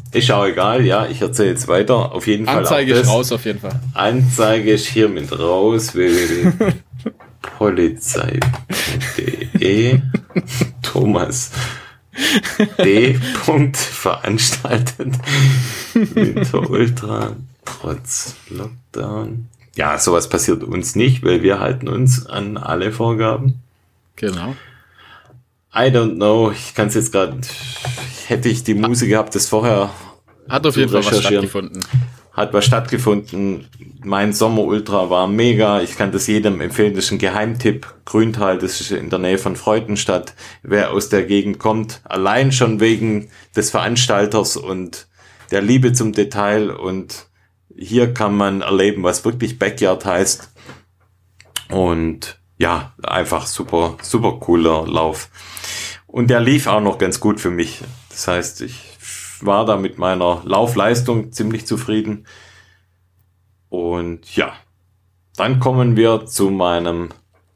Ist auch egal, ja, ich erzähle jetzt weiter. Auf jeden Fall. Anzeige ist raus, auf jeden Fall. Anzeige ist hiermit raus. w w w punkt polizei punkt de Thomas D. veranstaltet Winter Ultra trotz Lockdown. Ja, sowas passiert uns nicht, weil wir halten uns an alle Vorgaben. Genau. I don't know, ich kann es jetzt gerade, hätte ich die Muse gehabt, das vorher Hat auf jeden Fall was stattgefunden. Hat was stattgefunden. Mein Sommer-Ultra war mega. Ich kann das jedem empfehlen. Das ist ein Geheimtipp. Grüntal, das ist in der Nähe von Freudenstadt. Wer aus der Gegend kommt, allein schon wegen des Veranstalters und der Liebe zum Detail. Und hier kann man erleben, was wirklich Backyard heißt. Und ja, einfach super, super cooler Lauf. Und der lief auch noch ganz gut für mich. Das heißt, ich war da mit meiner Laufleistung ziemlich zufrieden. Und ja, dann kommen wir zu meinem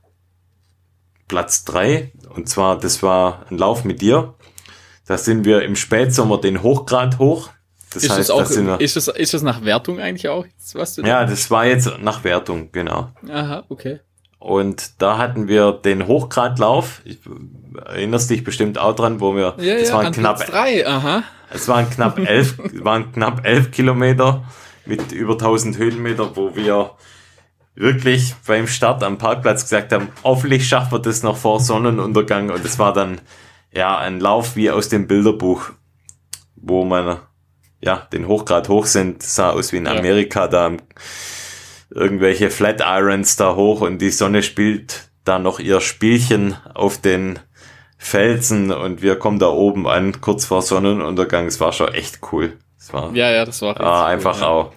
Platz drei. Und zwar, das war ein Lauf mit dir. Da sind wir im Spätsommer den Hochgrad hoch. Das ist, heißt, das auch, das sind wir, ist, das, ist das nach Wertung eigentlich auch? Was du ja, das war jetzt nach Wertung, genau. Aha, okay. Und da hatten wir den Hochgradlauf. Ich, erinnerst dich bestimmt auch dran, wo wir, ja, das ja, waren an knapp, Platz drei, aha. es waren knapp elf, waren knapp elf Kilometer mit über tausend Höhenmeter, wo wir wirklich beim Start am Parkplatz gesagt haben, hoffentlich schaffen wir das noch vor Sonnenuntergang. Und es war dann, ja, ein Lauf wie aus dem Bilderbuch, wo man, ja, den Hochgrad hoch sind, sah aus wie in Amerika, da irgendwelche Flatirons da hoch und die Sonne spielt da noch ihr Spielchen auf den Felsen und wir kommen da oben an, kurz vor Sonnenuntergang. Es war schon echt cool. Es war, ja, ja, das war richtig ah, einfach cool, ja. auch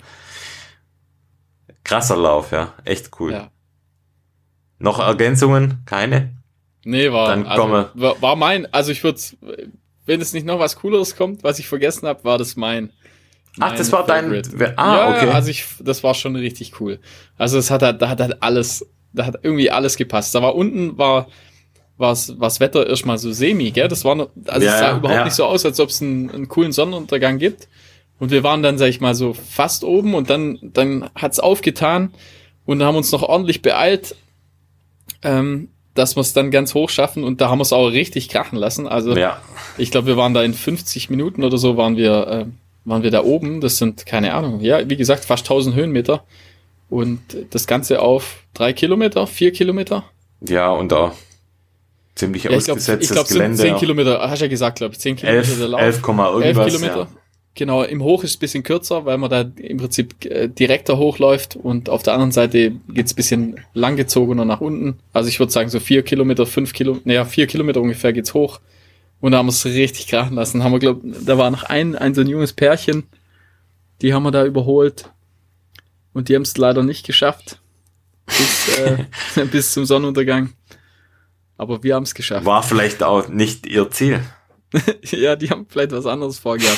krasser Lauf, ja, echt cool. Ja. Noch Ergänzungen? Keine? Nee, war, Dann also, komme. war, war mein, also ich würde, wenn es nicht noch was Cooleres kommt, was ich vergessen habe, war das mein. Ach, das war Favorite. dein, ah, ja, okay. also ich, das war schon richtig cool. Also es hat halt, da hat halt alles, da hat irgendwie alles gepasst. Da war unten, war, war's, war's Wetter erstmal so semi, gell? Das war noch, also Ja, es sah ja, überhaupt ja. nicht so aus, als ob es einen, einen coolen Sonnenuntergang gibt. Und wir waren dann, sag ich mal, so fast oben und dann, dann hat's aufgetan und haben uns noch ordentlich beeilt, ähm, dass wir es dann ganz hoch schaffen und da haben wir es auch richtig krachen lassen. Also Ja, ich glaube, wir waren da in fünfzig Minuten oder so waren wir, äh, waren wir da oben. Das sind, keine Ahnung, ja, wie gesagt, fast tausend Höhenmeter und das Ganze auf drei Kilometer, vier Kilometer. ja, und da ziemlich Ja, ich glaube, ausgesetztes ich glaub, es sind Gelände. zehn Kilometer, hast du ja gesagt, glaube ich, zehn Kilometer elf, der Lauf. elf, irgendwas, Kilometer. ja. Genau, im Hoch ist es ein bisschen kürzer, weil man da im Prinzip äh, direkter hochläuft und auf der anderen Seite geht's ein bisschen langgezogener nach unten. Also ich würde sagen so vier Kilometer, fünf Kilometer, naja, vier Kilometer ungefähr geht's hoch. Und da haben wir es richtig krachen lassen. Haben wir, glaub, da war noch ein, ein so ein junges Pärchen, die haben wir da überholt und die haben es leider nicht geschafft bis, äh, bis zum Sonnenuntergang. Aber wir haben es geschafft. War vielleicht auch nicht ihr Ziel. Ja, die haben vielleicht was anderes vorgehabt.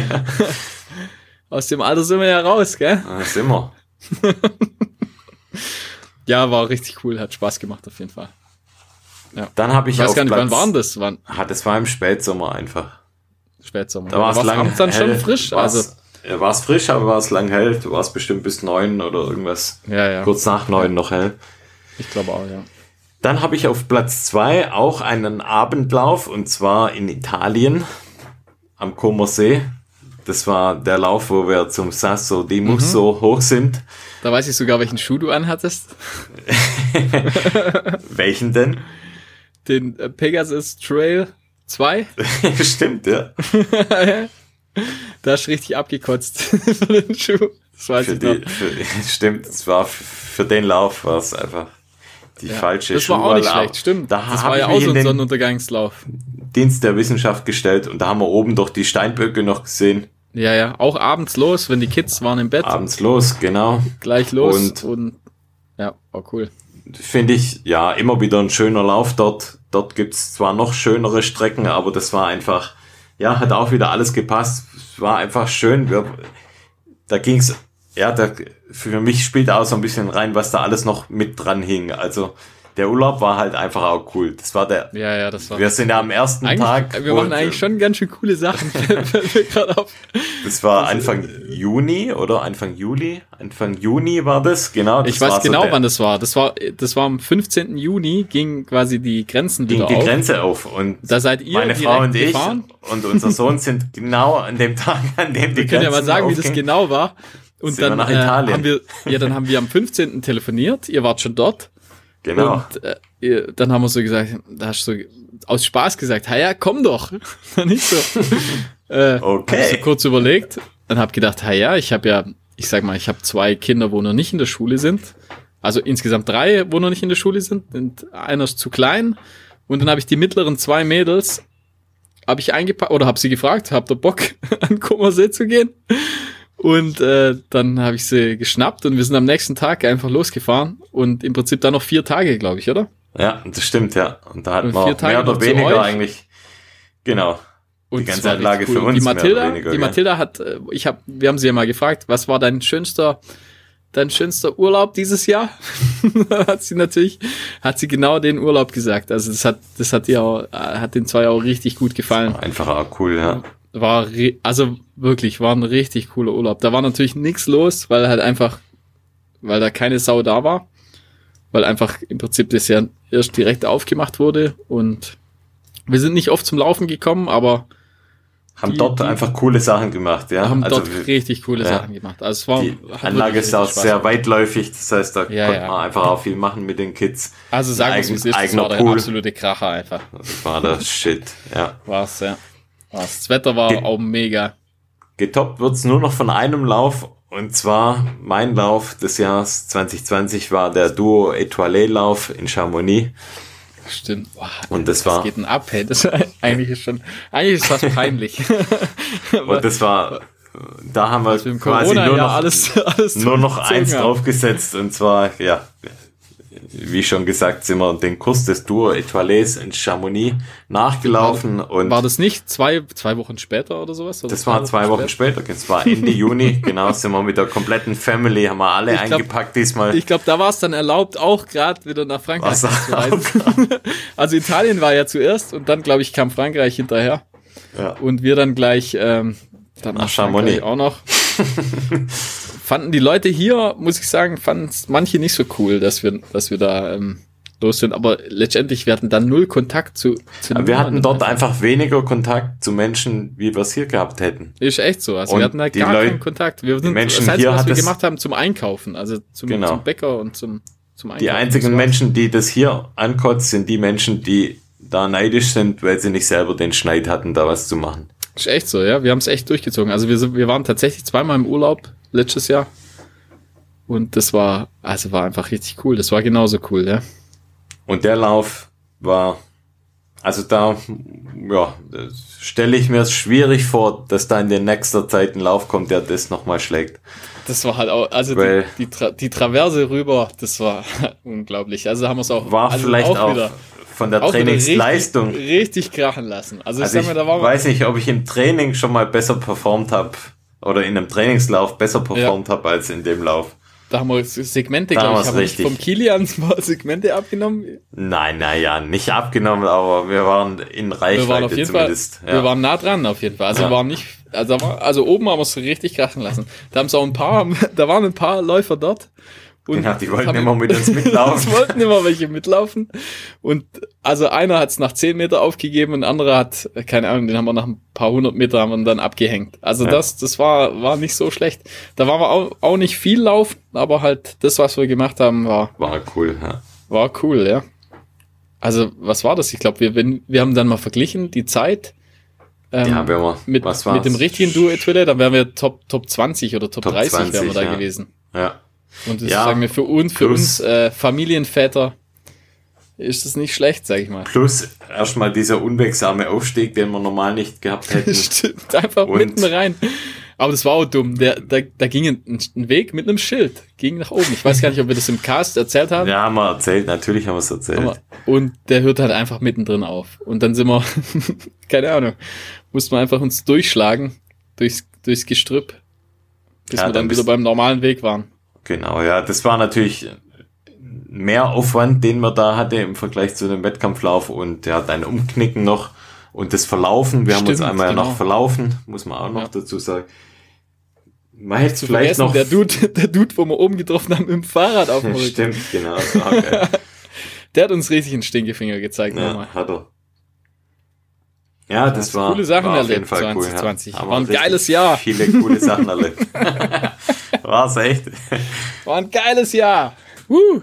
Aus dem Alter sind wir ja raus, gell? Das sind wir. Ja, war richtig cool, hat Spaß gemacht auf jeden Fall. Ja. Dann habe ich Ich weiß auf gar nicht, Platz, wann waren das? Wann? Ah, das war im Spätsommer einfach. Spätsommer. Da war es lang abends dann hell. schon frisch. War's, Also, ja, war es frisch, aber war es lang hell. Du warst bestimmt bis neun oder irgendwas. ja, ja. Kurz nach neun noch hell. Ich glaube auch, ja. Dann habe ich auf Platz zwei auch einen Abendlauf und zwar in Italien am Comer See. Das war der Lauf, wo wir zum Sasso di Musso mhm. hoch sind. Da weiß ich sogar, welchen Schuh du anhattest. Welchen denn? Den äh, Pegasus Trail zwei. Stimmt, ja. Da hast du richtig abgekotzt für den Schuh. Das weiß Für ich die, noch. für, stimmt, es war für den Lauf war es einfach die Ja, falsche das war auch nicht schlecht, stimmt. Da Das hab war ja ich mich auch so in ein den Sonnenuntergangslauf. Dienst der Wissenschaft gestellt und da haben wir oben doch die Steinböcke noch gesehen. Ja, ja, auch abends los, wenn die Kids waren im Bett. Abends los, genau. Gleich los Und- und ja, war cool. Finde ich, ja, immer wieder ein schöner Lauf dort. Dort gibt's zwar noch schönere Strecken, aber das war einfach, ja, hat auch wieder alles gepasst. Es war einfach schön. Wir, da ging's, ja, da, für mich spielt auch so ein bisschen rein, was da alles noch mit dran hing. Also der Urlaub war halt einfach auch cool. Das war der. Ja, ja, das war. Wir sind ja am ersten Tag. Wir machen eigentlich schon ganz schön coole Sachen. auf. Das war Anfang Juni oder Anfang Juli? Anfang Juni war das, genau. Das ich weiß war genau, so wann das war. Das war, das war am fünfzehnten Juni, ging quasi die Grenzen wieder auf. Ging die Grenze auf. Und da seid ihr meine Frau und ich gefahren. und unser Sohn sind genau an dem Tag, an dem die Grenze. Wir können ja mal sagen, aufging. Wie das genau war. Und sind dann, wir nach Italien. Äh, haben wir, ja, dann haben wir am fünfzehnten telefoniert. Ihr wart schon dort. Genau. Und äh, dann haben wir so gesagt, da hast du so aus Spaß gesagt, ja, komm doch. Nicht so. äh, okay. Hab ich so kurz überlegt und habe gedacht, ja, ich habe ja, ich sag mal, ich habe zwei Kinder, wo noch nicht in der Schule sind. Also insgesamt drei, wo noch nicht in der Schule sind. Und einer ist zu klein. Und dann habe ich die mittleren zwei Mädels, habe ich eingepackt oder habe sie gefragt, habt ihr Bock an Comersee zu gehen? Und äh, dann habe ich sie geschnappt und wir sind am nächsten Tag einfach losgefahren und im Prinzip dann noch vier Tage, glaube ich, oder? Ja, das stimmt, ja. Und da hatten wir auch mehr oder weniger eigentlich, genau, und die ganze Anlage cool. für uns die Mathilda, mehr oder weniger. Die Mathilda hat, ich hab, wir haben sie ja mal gefragt, was war dein schönster, dein schönster Urlaub dieses Jahr? hat sie natürlich, hat sie genau den Urlaub gesagt. Also das hat, das hat ihr auch, hat den zwei auch richtig gut gefallen. Einfach auch cool, ja. War, also wirklich, war ein richtig cooler Urlaub. Da war natürlich nichts los, weil halt einfach, weil da keine Sau da war. Weil einfach im Prinzip das ja erst direkt aufgemacht wurde und wir sind nicht oft zum Laufen gekommen, aber haben die, dort die einfach coole Sachen gemacht, ja. Haben also dort wir, richtig coole ja. Sachen gemacht. Also es war, die Anlage ist auch sehr weitläufig, das heißt, da ja, konnte ja. man einfach auch viel machen mit den Kids. Also sagen wir es, wie es ist, das war der absolute Kracher einfach. Das war der Shit, ja. War's, ja. War's. Das Wetter war Ge- auch mega. Getoppt wird's nur noch von einem Lauf, und zwar mein Lauf des Jahres zwanzig zwanzig war der Duo Etoile Lauf in Chamonix. Stimmt. Boah, und das was war geht denn ab, hey? Das eigentlich ist schon, eigentlich ist fast peinlich. Und das war, da haben wir quasi Corona nur ja noch, alles, alles nur noch eins haben. draufgesetzt, und zwar, ja, wie schon gesagt, sind wir den Kurs des Duo Etoiles in Chamonix nachgelaufen. War, und war das nicht zwei, zwei Wochen später oder sowas? Oder das war zwei Wochen später, später. Das war Ende Juni, genau, sind wir mit der kompletten Family, haben wir alle ich eingepackt glaub, diesmal. Ich glaube, da war es dann erlaubt, auch gerade wieder nach Frankreich zu reisen. Also Italien war ja zuerst und dann, glaube ich, kam Frankreich hinterher. Ja. Und wir dann gleich ähm, dann nach, nach Chamonix auch noch. Fanden die Leute hier, muss ich sagen, fanden es manche nicht so cool, dass wir, dass wir da ähm, los sind. Aber letztendlich, wir hatten dann null Kontakt zu, zu Aber wir hatten dort einfach. einfach weniger Kontakt zu Menschen, wie wir es hier gehabt hätten. Ist echt so. Also und wir hatten halt gar Leute, keinen Kontakt. Wir sind, Menschen das heißt, hier was wir es, gemacht haben, zum Einkaufen, also zum, genau. zum Bäcker und zum, zum Einkaufen. Die einzigen Menschen, die das hier ankotzt, sind die Menschen, die da neidisch sind, weil sie nicht selber den Schneid hatten, da was zu machen. Ist echt so, ja. Wir haben es echt durchgezogen. Also wir, wir waren tatsächlich zweimal im Urlaub letztes Jahr. Und das war, also war einfach richtig cool. Das war genauso cool, ja. Und der Lauf war, also da, ja, stelle ich mir es schwierig vor, dass da in der nächsten Zeit ein Lauf kommt, der das nochmal schlägt. Das war halt auch, also Weil die, die, Tra- die Traverse rüber, das war unglaublich. Also haben wir es auch, war also vielleicht auch, wieder, von der Trainingsleistung richtig, richtig krachen lassen. Also, also ich, ich, sag mal, da war weiß nicht, ob ich im Training schon mal besser performt habe oder in einem Trainingslauf besser performt ja. habe als in dem Lauf. Da haben wir Segmente, glaube ich, haben wir vom Kilian Segmente abgenommen. Nein, naja, nicht abgenommen, aber wir waren in Reichweite wir waren auf jeden zumindest. Fall, ja. Wir waren nah dran auf jeden Fall. Also ja. wir waren nicht, also, also oben haben wir es richtig krachen lassen. Da haben es auch ein paar, da waren ein paar Läufer dort. Und genau, die wollten immer mit uns mitlaufen. Es wollten immer welche mitlaufen. Und also einer hat es nach zehn Meter aufgegeben und ein anderer hat, keine Ahnung, den haben wir nach ein paar hundert Meter haben wir dann abgehängt. Also ja. das das war war nicht so schlecht. Da waren wir auch, auch nicht viel laufen, aber halt das, was wir gemacht haben, war war cool. Ja. War cool, ja. Also was war das? Ich glaube, wir wenn, wir haben dann mal verglichen, die Zeit ähm, ja, wir mal, mit, was mit dem richtigen Duo-Etoile, dann wären wir Top Top zwanzig oder Top, Top dreißig zwanzig, wären wir da ja. gewesen. Ja. Und das ja, sagen wir für uns, für uns äh, Familienväter ist das nicht schlecht, sag ich mal. Plus erstmal dieser unwegsame Aufstieg, den wir normal nicht gehabt hätten. Stimmt, einfach und mitten rein. Aber das war auch dumm. Der, da, da ging ein, ein Weg mit einem Schild, ging nach oben. Ich weiß gar nicht, ob wir das im Cast erzählt haben. Ja, haben wir erzählt, natürlich haben wir es erzählt. Aber, und der hört halt einfach mittendrin auf. Und dann sind wir, keine Ahnung, mussten wir einfach uns durchschlagen, durchs, durchs Gestrüpp, bis ja, wir dann, dann wieder beim normalen Weg waren. Genau, ja, das war natürlich mehr Aufwand, den man da hatte im Vergleich zu dem Wettkampflauf und ja, dein Umknicken noch und das Verlaufen. Wir Stimmt, haben uns einmal genau. noch verlaufen, muss man auch noch Ja. dazu sagen. Man hätte Zu vielleicht vergessen, noch... der Dude, der Dude, wo wir oben getroffen haben, im Fahrrad auf dem Rücken. Stimmt, genau. Das war auch geil. Der hat uns richtig einen Stinkefinger gezeigt. Ja, nochmal. hat er. Ja, das war, coole Sachen war auf jeden erlebt Fall zwanzig cool. zwanzig. Ja. War ein richtig geiles Jahr. Viele coole Sachen erlebt. War's echt. War ein geiles Jahr. Woo.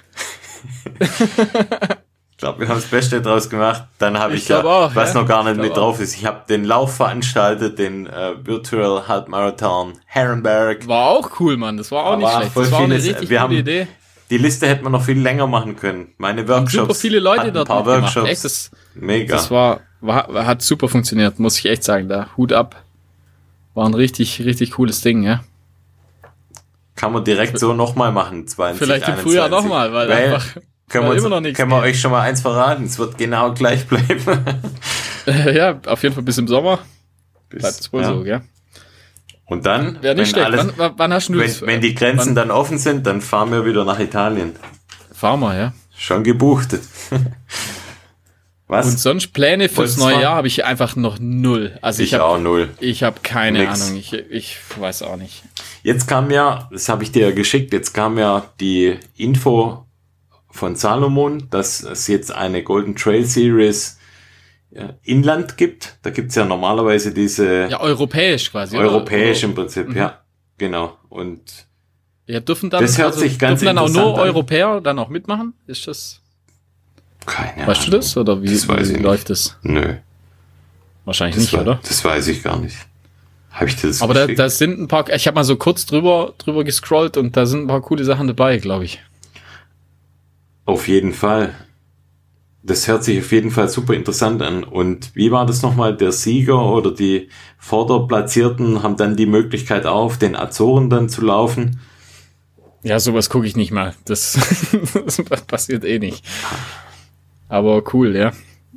Ich glaube, wir haben das Beste draus gemacht. Dann habe ich, Ich ja, glaub auch, was ja. noch gar nicht Ich mit glaub drauf ist, ich habe den Lauf veranstaltet, den äh, Virtual Halbmarathon Herrenberg. War auch cool, Mann. Das war auch nicht Aber schlecht. voll Das war auch eine vieles- richtig wir gute haben Idee. Die Liste hätte man noch viel länger machen können. Meine Workshops. Super viele Leute hatten dort ein paar mitgemacht. Workshops. Echt, das, Mega. das war, war, hat super funktioniert, muss ich echt sagen. Da Hut ab. War ein richtig, richtig cooles Ding, ja. Kann man direkt so nochmal machen. zwanzig Vielleicht im einundzwanzig. Frühjahr nochmal, weil einfach können weil wir, uns, immer noch nichts können wir geht. euch schon mal eins verraten. Es wird genau gleich bleiben. Ja, auf jeden Fall bis im Sommer. Bis- Bleibt es wohl ja. so, gell? Und dann, Wäre nicht wenn, schlecht. alles, wann, wann hast du wenn, das? wenn die Grenzen wann, dann offen sind, dann fahren wir wieder nach Italien. Fahren wir, ja. Schon gebucht. Was? Und sonst Pläne fürs Wollt's neue fahren? Jahr habe ich einfach noch null. Also ich ich auch habe null. ich habe keine Nix. Ahnung. Ich, ich weiß auch nicht. Jetzt kam ja, das habe ich dir ja geschickt, jetzt kam ja die Info von Salomon, dass es jetzt eine Golden Trail Series ja, Inland gibt. Da gibt's ja normalerweise diese Ja, europäisch quasi. oder? europäisch Oder- im Prinzip, ja, genau. Und Ja, dürfen dann, Das hört sich ganz dürfen dann auch nur interessant an. Europäer dann auch mitmachen? Ist das, keine weißt du das? Oder wie, Das weiß wie ich läuft das? Nö, Wahrscheinlich das, nicht, war, oder? das weiß ich gar nicht. Habe ich dir das Aber da, geschickt? da sind ein paar, ich habe mal so kurz drüber, drüber gescrollt und da sind ein paar coole Sachen dabei, glaube ich. Auf jeden Fall. Das hört sich auf jeden Fall super interessant an. Und wie war das nochmal? Der Sieger oder die Vorderplatzierten haben dann die Möglichkeit auf, den Azoren dann zu laufen. Ja, sowas gucke ich nicht mal. Das, das passiert eh nicht. Aber cool, ja.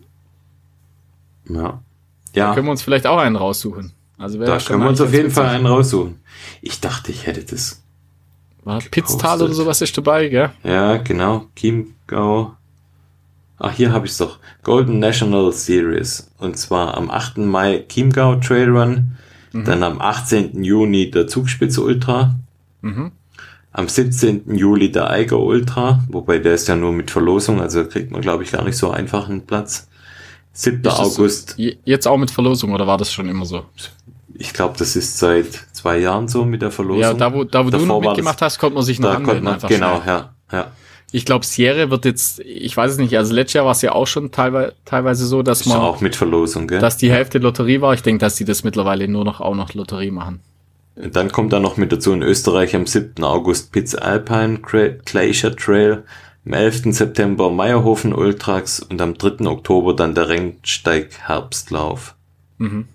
Ja. Ja, Können wir uns vielleicht auch einen raussuchen. Also wäre da schon können wir uns eigentlich auf jeden ganz Fall witzig. einen raussuchen. Ich dachte, ich hätte das. War Pitztal oder sowas ist dabei, gell? Ja, genau. Chiemgau. Ach, hier habe ich es doch. Golden National Series. Und zwar am achten Mai Chiemgau Trail Run. Mhm. Dann am achtzehnten Juni der Zugspitze Ultra. Mhm. Am siebzehnten Juli der Eiger Ultra. Wobei der ist ja nur mit Verlosung. Also kriegt man, glaube ich, gar nicht so einfach einen Platz. siebter Ist das August. je- Jetzt auch mit Verlosung oder war das schon immer so? Ich glaube, das ist seit zwei Jahren so mit der Verlosung. Ja, da wo, da wo du Davor noch war mitgemacht das- hast, konnte man sich noch Da anmelden. konnte man, einfach genau, schnell. ja, ja. Ich glaube, Sierra wird jetzt, ich weiß es nicht, also letztes Jahr war es ja auch schon teilweise, teilweise so, dass Ist ja man, auch mit Verlosung, gell? dass die Hälfte Lotterie war. Ich denke, dass die das mittlerweile nur noch auch noch Lotterie machen. Und dann kommt da noch mit dazu in Österreich am siebten August Piz Alpine Cra- Glacier Trail, am elften September Meierhofen Ultrax und am dritten Oktober dann der Rennsteig Herbstlauf. Mhm.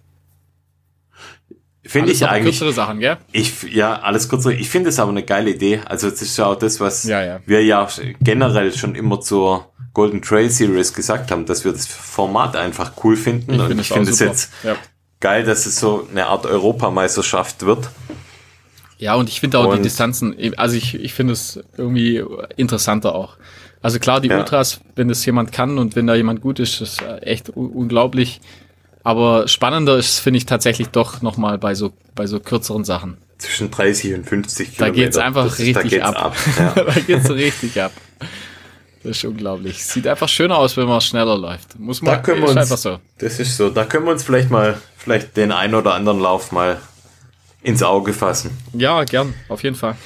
Finde Alles ich aber eigentlich, kürzere Sachen, gell? ich, ja, alles kurz, ich finde es aber eine geile Idee. Also es ist ja auch das, was Ja, ja. wir ja generell schon immer zur Golden Trail Series gesagt haben, dass wir das Format einfach cool finden. und finde ich es auch finde es super. jetzt Ja. geil, dass es so eine Art Europameisterschaft wird. Ja, und ich finde auch Und- die Distanzen, also ich, ich finde es irgendwie interessanter auch. Also klar, die Ja. Ultras, wenn das jemand kann und wenn da jemand gut ist, ist echt u- unglaublich. Aber spannender ist, finde ich, tatsächlich doch nochmal bei so, bei so kürzeren Sachen. Zwischen dreißig und fünfzig Da Kilometer. geht's einfach Das- richtig da geht's ab. ab. Ja. Da geht's richtig ab. Das ist unglaublich. Sieht einfach schöner aus, wenn man schneller läuft. Muss man, Da können wir ist uns, einfach so. das ist so, da können wir uns vielleicht mal, vielleicht den einen oder anderen Lauf mal ins Auge fassen. Ja, gern, auf jeden Fall.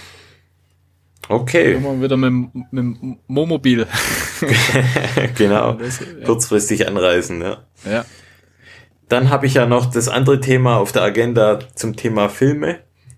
Okay, Immer wieder mit, dem- mit dem Momobil. genau. Das- ja. Kurzfristig anreisen, ja. Ja. Dann habe ich ja noch das andere Thema auf der Agenda zum Thema Filme.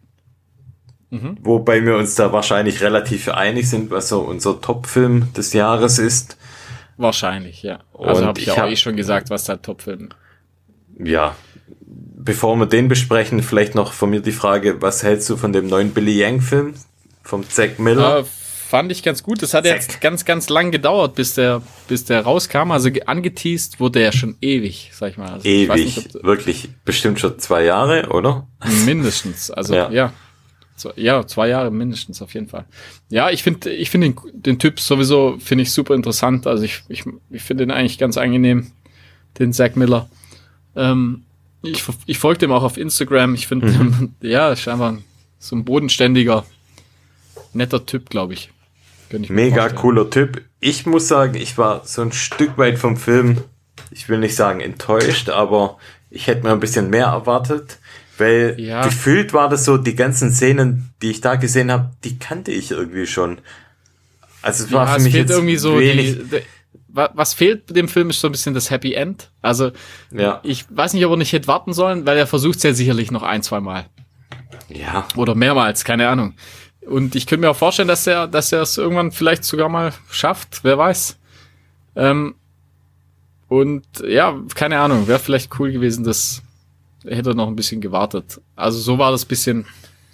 Mhm. Wobei wir uns da wahrscheinlich relativ einig sind, was so unser Top-Film des Jahres ist. Wahrscheinlich, ja. Also Und habe ich ich ja auch hab- eh schon gesagt, was da Top-Film. Ja, bevor wir den besprechen, vielleicht noch von mir die Frage, was hältst du von dem neuen Billy Yang-Film vom Zack Miller? Äh, fand ich ganz gut. Das hat Zack. jetzt ganz, ganz lang gedauert, bis der, bis der rauskam. Also ge- angeteased wurde er schon ewig, sag ich mal. Also ich weiß Ewig, nicht, ob- wirklich, bestimmt schon zwei Jahre, oder? mindestens. Also Ja. ja. Zwei, ja, zwei Jahre mindestens auf jeden Fall. Ja, ich finde ich finde den, den Typ sowieso, finde ich super interessant. Also ich, ich, ich finde den eigentlich ganz angenehm, den Zack Miller. Ähm, ich, ich folge dem auch auf Instagram. Ich finde, mhm. ja, ist einfach so ein bodenständiger, netter Typ, glaube ich. ich Mega cooler Typ. Ich muss sagen, ich war so ein Stück weit vom Film, ich will nicht sagen enttäuscht, aber ich hätte mir ein bisschen mehr erwartet. Weil ja. gefühlt war das so, die ganzen Szenen, die ich da gesehen habe, die kannte ich irgendwie schon. Also es war ja, für mich jetzt irgendwie so wenig... Die, die, was fehlt dem Film ist so ein bisschen das Happy End. Also ja. ich weiß nicht, ob er nicht hätte warten sollen, weil er versucht es ja sicherlich noch ein, zwei Mal. Ja. Oder mehrmals, keine Ahnung. Und ich könnte mir auch vorstellen, dass er dass er es irgendwann vielleicht sogar mal schafft, wer weiß. Ähm, und ja, keine Ahnung, wäre vielleicht cool gewesen, das... hätte er noch ein bisschen gewartet. Also so war das bisschen,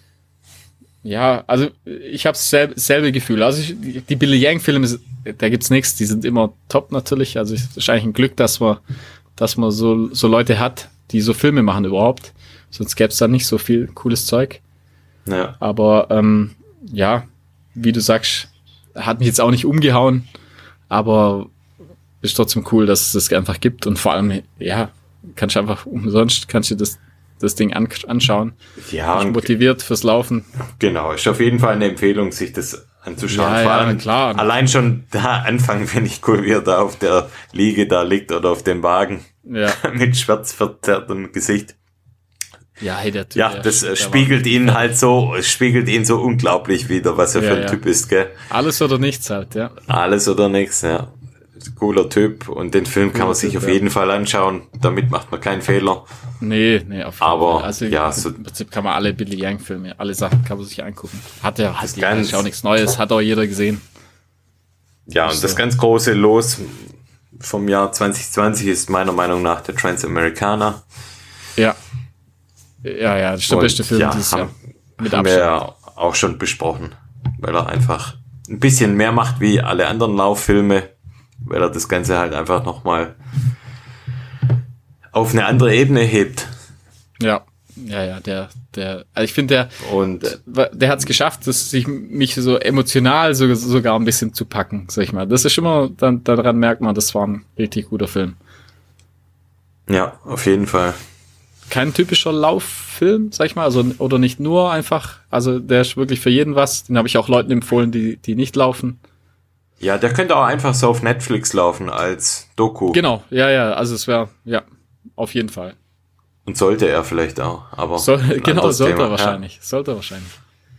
ja, also ich habe selbe, selbe Gefühl. Also ich, die, die Billy Yang-Filme, da gibt's nichts, die sind immer top natürlich. Also es ist eigentlich ein Glück, dass man, dass man so, so Leute hat, die so Filme machen überhaupt. Sonst gäbe es da nicht so viel cooles Zeug. Ja. Aber ähm, ja, wie du sagst, hat mich jetzt auch nicht umgehauen, aber ist trotzdem cool, dass es das einfach gibt und vor allem, ja, kannst du einfach umsonst, kannst du das, das Ding an, anschauen. Ja. Und motiviert fürs Laufen. Genau, ist auf jeden Fall eine Empfehlung, sich das anzuschauen. Ja, Vor allem ja, klar. Allein schon da Anfang finde ich cool, wie er da auf der Liege da liegt oder auf dem Wagen. Ja. Mit schwarzverzerrtem Gesicht. Ja, hey, der Typ. Ja, das der spiegelt ihn ja. halt so, spiegelt ihn so unglaublich wieder, was er ja, für ein ja. Typ ist, gell? Alles oder nichts halt, ja. Alles oder nichts, ja. Cooler Typ und den Film kann man sich auf jeden Fall anschauen. Damit macht man keinen Fehler. Nee, nee, auf jeden Aber, Fall. Also ja, im so Prinzip kann man alle Billy Yang Filme, alle Sachen kann man sich angucken. Hat ja, das ja ganz, ist auch nichts Neues, hat auch jeder gesehen. Ja, und so. Das ganz große Los vom Jahr zwanzig zwanzig ist meiner Meinung nach der Transamericana. Ja. Ja, ja, das ist der und beste Film ja, dieses haben, Jahr. Mit haben Abstand. wir ja auch schon besprochen, weil er einfach ein bisschen mehr macht wie alle anderen Lauffilme. Weil er das Ganze halt einfach nochmal auf eine andere Ebene hebt. Ja, ja, ja, der, der, also ich finde, der, und der, der hat es geschafft, dass sich mich so emotional so, sogar ein bisschen zu packen, sag ich mal. Das ist immer, dann, daran merkt man, das war ein richtig guter Film. Ja, auf jeden Fall. Kein typischer Lauffilm, sag ich mal, also, oder nicht nur einfach, also der ist wirklich für jeden was. Den habe ich auch Leuten empfohlen, die, die nicht laufen. Ja, der könnte auch einfach so auf Netflix laufen als Doku. Genau, ja, ja, also es wäre, ja, auf jeden Fall. Und sollte er vielleicht auch, aber... So, genau, sollte Thema. er wahrscheinlich, ja. sollte er wahrscheinlich.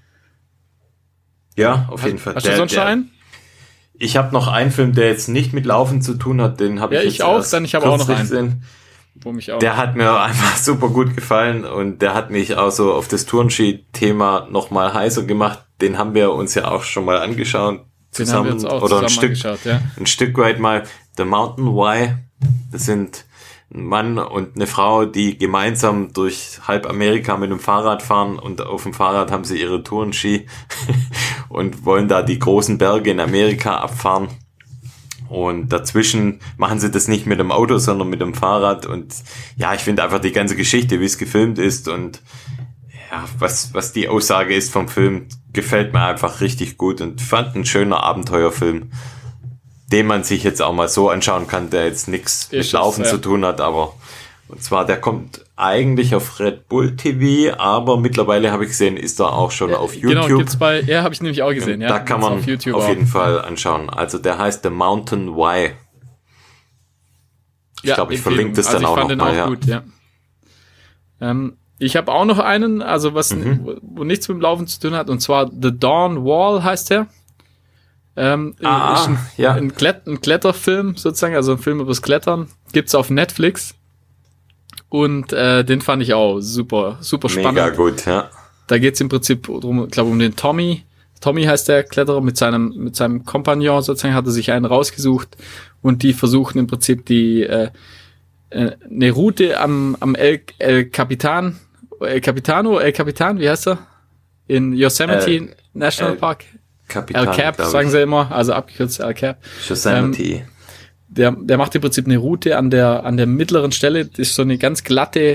Ja, auf hast, jeden Fall. Hast der, du sonst der, schon einen? Ich habe noch einen Film, der jetzt nicht mit Laufen zu tun hat, den habe ja, ich jetzt ich auch, dann ich habe auch noch einen. Gesehen. Wo mich auch der hat mir einfach super gut gefallen und der hat mich auch so auf das Turnschi-Thema nochmal heißer gemacht. Den haben wir uns ja auch schon mal angeschaut. Zusammen, Den haben wir uns auch oder zusammen ein Stück, ja. ein Stück weit mal The Mountain Y. Das sind ein Mann und eine Frau, die gemeinsam durch halb Amerika mit dem Fahrrad fahren und auf dem Fahrrad haben sie ihre Tourenski und wollen da die großen Berge in Amerika abfahren. Und dazwischen machen sie das nicht mit dem Auto, sondern mit dem Fahrrad. Und ja, ich finde einfach die ganze Geschichte, wie es gefilmt ist und ja, was, was die Aussage ist vom Film, gefällt mir einfach richtig gut und fand ein schöner Abenteuerfilm, den man sich jetzt auch mal so anschauen kann, der jetzt nichts mit Laufen ja. zu tun hat, aber und zwar, der kommt eigentlich auf Red Bull T V, aber mittlerweile habe ich gesehen, ist er auch schon ja, auf YouTube. Genau, gibt's bei, ja, habe ich nämlich auch gesehen. Ja, da kann man auf, YouTube auf jeden auch. Fall anschauen. Also der heißt The Mountain Y. Ich ja, glaube, ich verlinke das also dann auch noch mal. Ich fand den auch ja. gut, ja. Ähm, Ich habe auch noch einen, also was mhm. wo, wo nichts mit dem Laufen zu tun hat, und zwar The Dawn Wall heißt der. Ähm, ah, ist ein, ja. ein, Klett, ein Kletterfilm sozusagen, also ein Film übers Klettern. Gibt's auf Netflix. Und äh, den fand ich auch super, super spannend. Mega gut, ja. Da geht's im Prinzip drum, ich glaube, um den Tommy. Tommy heißt der Kletterer, mit seinem mit seinem Kompagnon sozusagen, hat er sich einen rausgesucht und die versuchen im Prinzip die äh, eine Route am am El, El Capitan, El Capitano, El Capitan, wie heißt er? In Yosemite El, National El Park. Capitan, El Cap, sagen sie immer, also abgekürzt El Cap. Yosemite. Ähm, der der macht im Prinzip eine Route an der an der mittleren Stelle, das ist so eine ganz glatte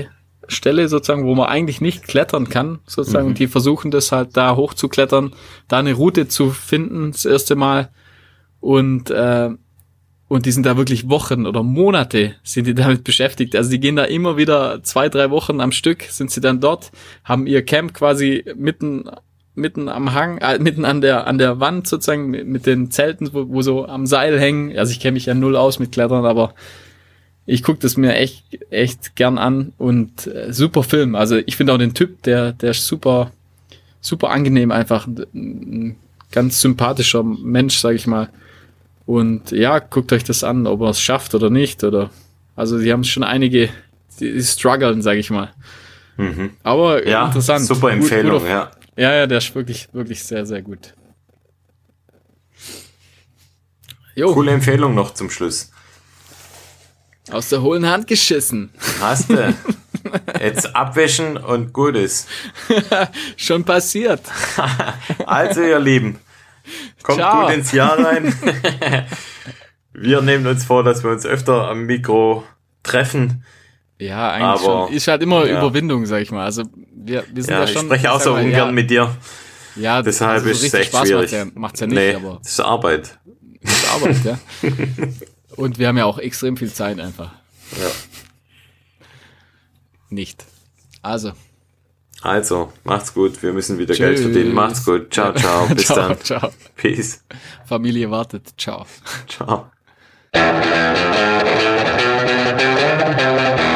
Stelle sozusagen, wo man eigentlich nicht klettern kann, sozusagen. Mhm. Und die versuchen das halt da hoch zu klettern, da eine Route zu finden, das erste Mal. Und, äh, und die sind da wirklich Wochen oder Monate sind die damit beschäftigt. Also die gehen da immer wieder zwei, drei Wochen am Stück, sind sie dann dort, haben ihr Camp quasi mitten, mitten am Hang, äh, mitten an der, an der Wand sozusagen, mit, mit den Zelten, wo, wo so am Seil hängen. Also ich kenne mich ja null aus mit Klettern, aber ich gucke das mir echt, echt gern an und äh, super Film. Also ich finde auch den Typ, der, der ist super, super angenehm einfach, ein ganz sympathischer Mensch, sag ich mal. Und ja, guckt euch das an, ob er es schafft oder nicht. Oder also die haben schon einige, die, die strugglen, sage ich mal. Mhm. Aber ja, interessant. Super Empfehlung, gut, gut auf, ja. Ja, ja, der ist wirklich, wirklich sehr, sehr gut. Jo. Coole Empfehlung noch zum Schluss. Aus der hohlen Hand geschissen. Hast du. Jetzt abwischen und gut ist. Schon passiert. Also, ihr Lieben. Kommt Ciao. gut ins Jahr rein. Wir nehmen uns vor, dass wir uns öfter am Mikro treffen. Ja, eigentlich Aber, schon. Ist halt immer ja. Überwindung, sag ich mal. Also wir, wir sind Ja, ja ich schon. spreche auch so mal, ungern ja, mit dir. Ja, Deshalb also so ist es richtig echt Spaß schwierig. Macht's ja, macht's ja nicht, Nee, aber das ist Arbeit. das ist Arbeit, ja. Und wir haben ja auch extrem viel Zeit einfach. Ja. Nicht. Also. Also, macht's gut. Wir müssen wieder Tschüss. Geld verdienen. Macht's gut. Ciao, ciao. Bis ciao, dann. Ciao. Peace. Familie wartet. Ciao. Ciao.